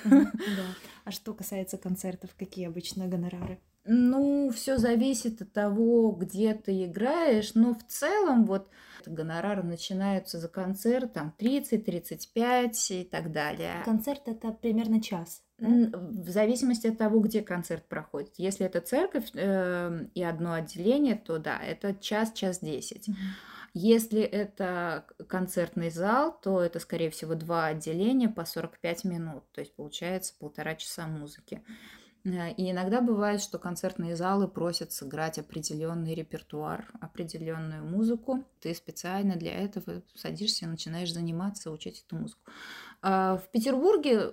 А что касается концертов, какие обычно гонорары? Все зависит от того, где ты играешь, но в целом гонорары начинаются за концерт, там 30-35 и так далее. Концерт — это примерно час? В зависимости от того, где концерт проходит. Если это церковь и одно отделение, то да, это час 10. Если это концертный зал, то это, скорее всего, 2 отделения по 45 минут, то есть получается 1,5 часа музыки. И иногда бывает, что концертные залы просят сыграть определенный репертуар, определенную музыку. Ты специально для этого садишься и начинаешь заниматься, учить эту музыку. В Петербурге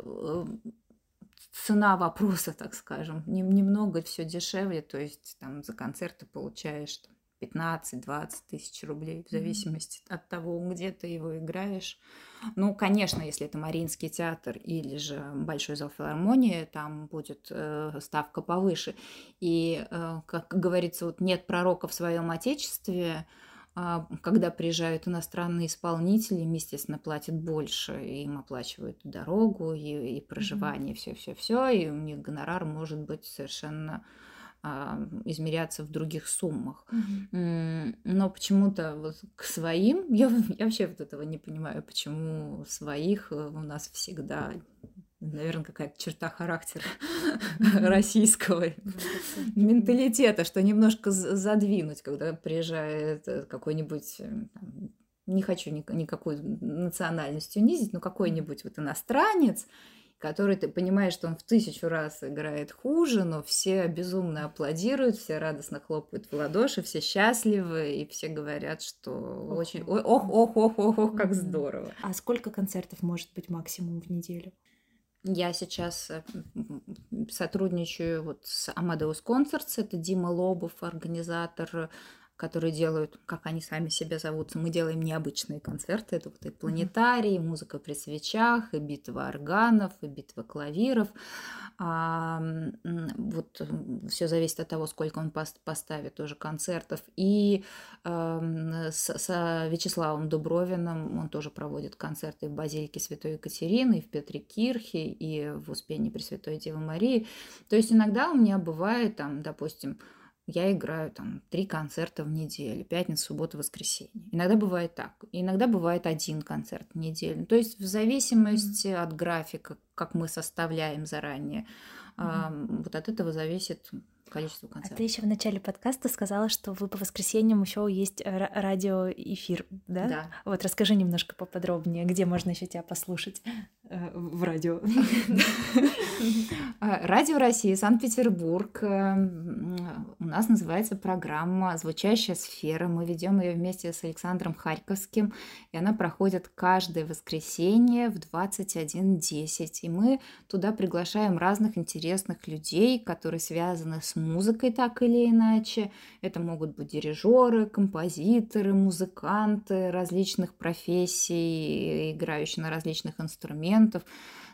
цена вопроса, так скажем, немного все дешевле, то есть там за концерт ты получаешь 15-20 тысяч рублей, в зависимости от того, где ты его играешь. Конечно, если это Мариинский театр или же Большой зал филармонии, там будет ставка повыше. И, как говорится, нет пророка в своем отечестве. Когда приезжают иностранные исполнители, им, естественно, платят больше, им оплачивают дорогу и проживание, все, и у них гонорар может быть совершенно измеряться в других суммах. Но почему-то к своим, я вообще этого не понимаю, почему своих у нас всегда, наверное, какая-то черта характера российского менталитета, что немножко задвинуть, когда приезжает какой-нибудь, не хочу никакую национальность унизить, но какой-нибудь иностранец, который ты понимаешь, что он в 1000 раз играет хуже, но все безумно аплодируют, все радостно хлопают в ладоши, все счастливы, и все говорят, что очень ох, как здорово. А сколько концертов может быть максимум в неделю? Я сейчас сотрудничаю с Amadeus Concerts, это Дима Лобов, организатор, которые делают, как они сами себя зовут. Мы делаем необычные концерты. Это и планетарий, и музыка при свечах, и битва органов, и битва клавиров. Все зависит от того, сколько он поставит тоже концертов. И с Вячеславом Дубровиным он тоже проводит концерты в Базилике Святой Екатерины, и в Петрикирхе, и в Успении Пресвятой Девы Марии. То есть иногда у меня бывает, допустим, я играю 3 концерта в неделю, пятница, суббота, воскресенье. Иногда бывает так. Иногда бывает 1 концерт в неделю. То есть в зависимости от графика, как мы составляем заранее, от этого зависит количеству А концертов. ты еще в начале подкаста сказала, что вы по воскресеньям у шоу есть радиоэфир, да? Да. Вот расскажи немножко поподробнее, где можно еще тебя послушать в радио. Радио России, Санкт-Петербург. У нас называется программа «Звучащая сфера». Мы ведем ее вместе с Александром Харьковским, и она проходит каждое воскресенье в 21:10. И мы туда приглашаем разных интересных людей, которые связаны с музыкой так или иначе. Это могут быть дирижеры, композиторы, музыканты различных профессий, играющие на различных инструментах.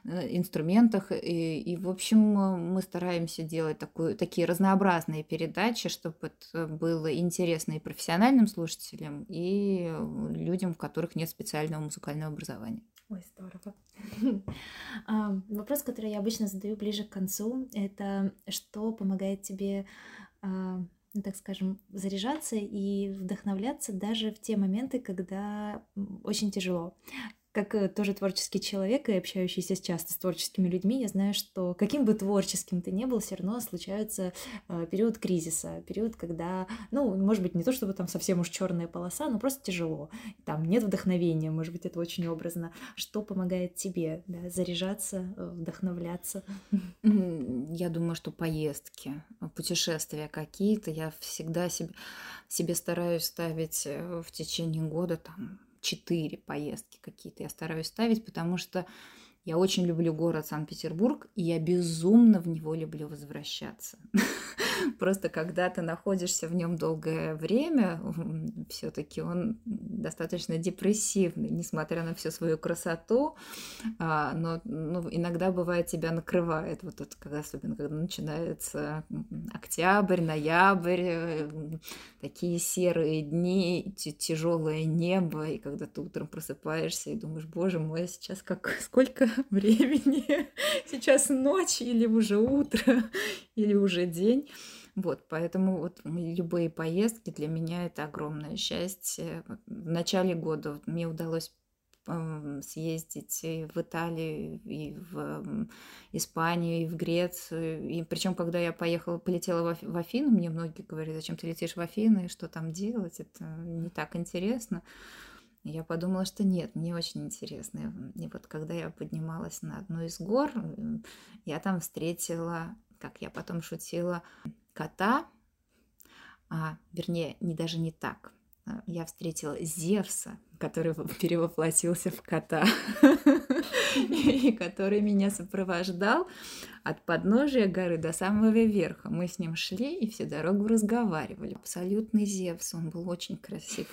И, в общем, мы стараемся делать такие разнообразные передачи, чтобы это было интересно и профессиональным слушателям, и людям, у которых нет специального музыкального образования. Ой, здорово. Вопрос, который я обычно задаю ближе к концу, это что помогает тебе, так скажем, заряжаться и вдохновляться даже в те моменты, когда очень тяжело. Как тоже творческий человек и общающийся часто с творческими людьми, я знаю, что каким бы творческим ты ни был, все равно случается период кризиса, период, когда, может быть, не то чтобы там совсем уж черная полоса, но просто тяжело, там нет вдохновения, может быть, это очень образно. Что помогает тебе, да, заряжаться, вдохновляться? Я думаю, что поездки, путешествия какие-то, я всегда себе стараюсь ставить в течение года там 4 поездки какие-то я стараюсь ставить, потому что я очень люблю город Санкт-Петербург, и я безумно в него люблю возвращаться. Просто когда ты находишься в нем долгое время, все-таки он достаточно депрессивный, несмотря на всю свою красоту, но иногда бывает тебя накрывает, особенно когда начинается октябрь, ноябрь, такие серые дни, тяжелое небо, и когда ты утром просыпаешься и думаешь, боже мой, сейчас сколько времени, сейчас ночь или уже утро, или уже день. Поэтому любые поездки для меня это огромное счастье. В начале года мне удалось съездить и в Италию, и в Испанию, и в Грецию. И причем, когда я полетела в Афины, мне многие говорят, зачем ты летишь в Афины, что там делать, это не так интересно. Я подумала, что нет, мне очень интересно. И когда я поднималась на одну из гор, я там встретила, как я потом шутила, кота, вернее, даже не так. Я встретила Зевса, который перевоплотился в кота, и который меня сопровождал от подножия горы до самого верха. Мы с ним шли и всю дорогу разговаривали. Абсолютный Зевс, он был очень красив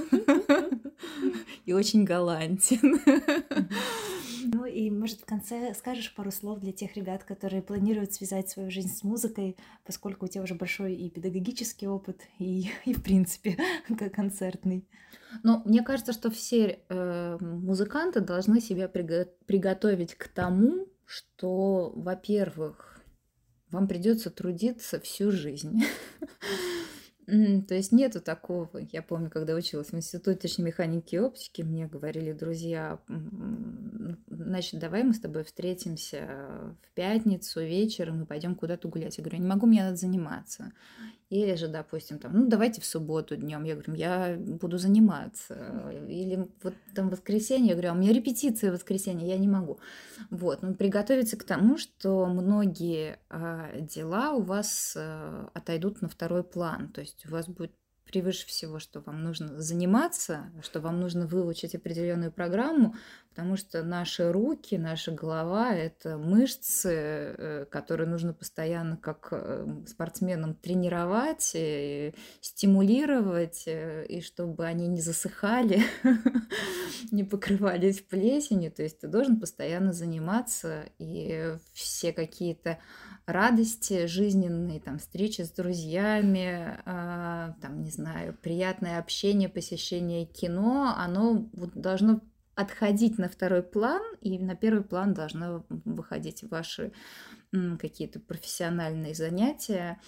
и очень галантен. И, может, в конце скажешь пару слов для тех ребят, которые планируют связать свою жизнь с музыкой, поскольку у тебя уже большой и педагогический опыт, и в принципе, как концертный. Мне кажется, что все музыканты должны себя приготовить к тому, что, во-первых, вам придется трудиться всю жизнь. То есть нету такого. Я помню, когда училась в Институте точной механики и оптики, мне говорили друзья, значит, давай мы с тобой встретимся в пятницу вечером и пойдем куда-то гулять. Я говорю, не могу, мне надо заниматься. Или же, допустим, давайте в субботу днем. Я говорю, я буду заниматься. Или там в воскресенье, я говорю, у меня репетиция в воскресенье, я не могу. Приготовиться к тому, что многие дела у вас отойдут на второй план. То есть у вас будет превыше всего, что вам нужно заниматься, что вам нужно выучить определенную программу, потому что наши руки, наша голова – это мышцы, которые нужно постоянно как спортсменам тренировать, и стимулировать, и чтобы они не засыхали, не покрывались плесенью. То есть ты должен постоянно заниматься, и все какие-то радости жизненные, встречи с друзьями, не знаю, приятное общение, посещение кино, оно должно отходить на второй план, и на первый план должны выходить ваши какие-то профессиональные занятия.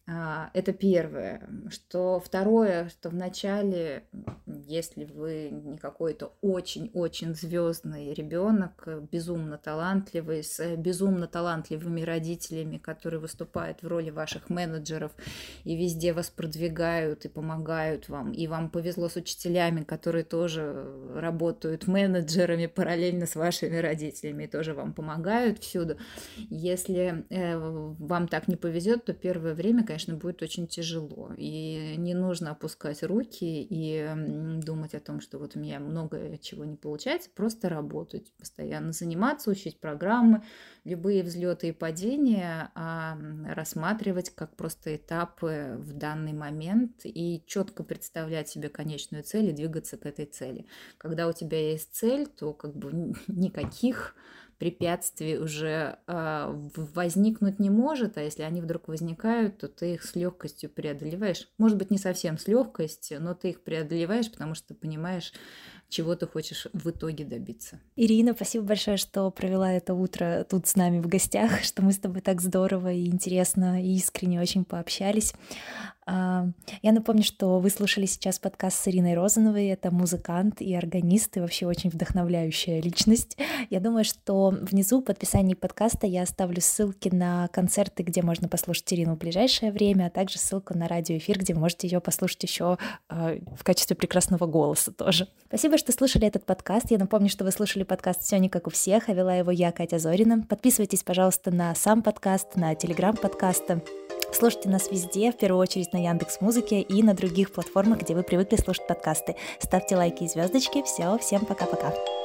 Это первое. Второе, что вначале, если вы не какой-то очень-очень звездный ребенок, безумно талантливый, с безумно талантливыми родителями, которые выступают в роли ваших менеджеров и везде вас продвигают и помогают вам, и вам повезло с учителями, которые тоже работают менеджерами параллельно с вашими родителями и тоже вам помогают всюду. Если вам так не повезет, то первое время, конечно, будет очень тяжело. И не нужно опускать руки и думать о том, что вот у меня много чего не получается. Просто работать, постоянно заниматься, учить программы, любые взлеты и падения рассматривать как просто этапы в данный момент и четко представлять себе конечную цель и двигаться к этой цели. Когда у тебя есть цель, то как бы никаких препятствий уже возникнуть не может, а если они вдруг возникают, то ты их с легкостью преодолеваешь. Может быть, не совсем с легкостью, но ты их преодолеваешь, потому что ты понимаешь, чего ты хочешь в итоге добиться. Ирина, спасибо большое, что провела это утро тут с нами в гостях, что мы с тобой так здорово и интересно и искренне очень пообщались. Я напомню, что вы слушали сейчас подкаст с Ириной Розановой. Это музыкант и органист, и вообще очень вдохновляющая личность. Я думаю, что внизу в описании подкаста я оставлю ссылки на концерты, где можно послушать Ирину в ближайшее время, а также ссылку на радиоэфир, где вы можете ее послушать еще в качестве прекрасного голоса тоже. Спасибо, что слушали этот подкаст. Я напомню, что вы слушали подкаст «Все не как у всех», а вела его я, Катя Зорина. Подписывайтесь, пожалуйста, на сам подкаст, на телеграм подкаста. Слушайте нас везде, в первую очередь на Яндекс.Музыке и на других платформах, где вы привыкли слушать подкасты. Ставьте лайки и звездочки. Все, всем пока-пока.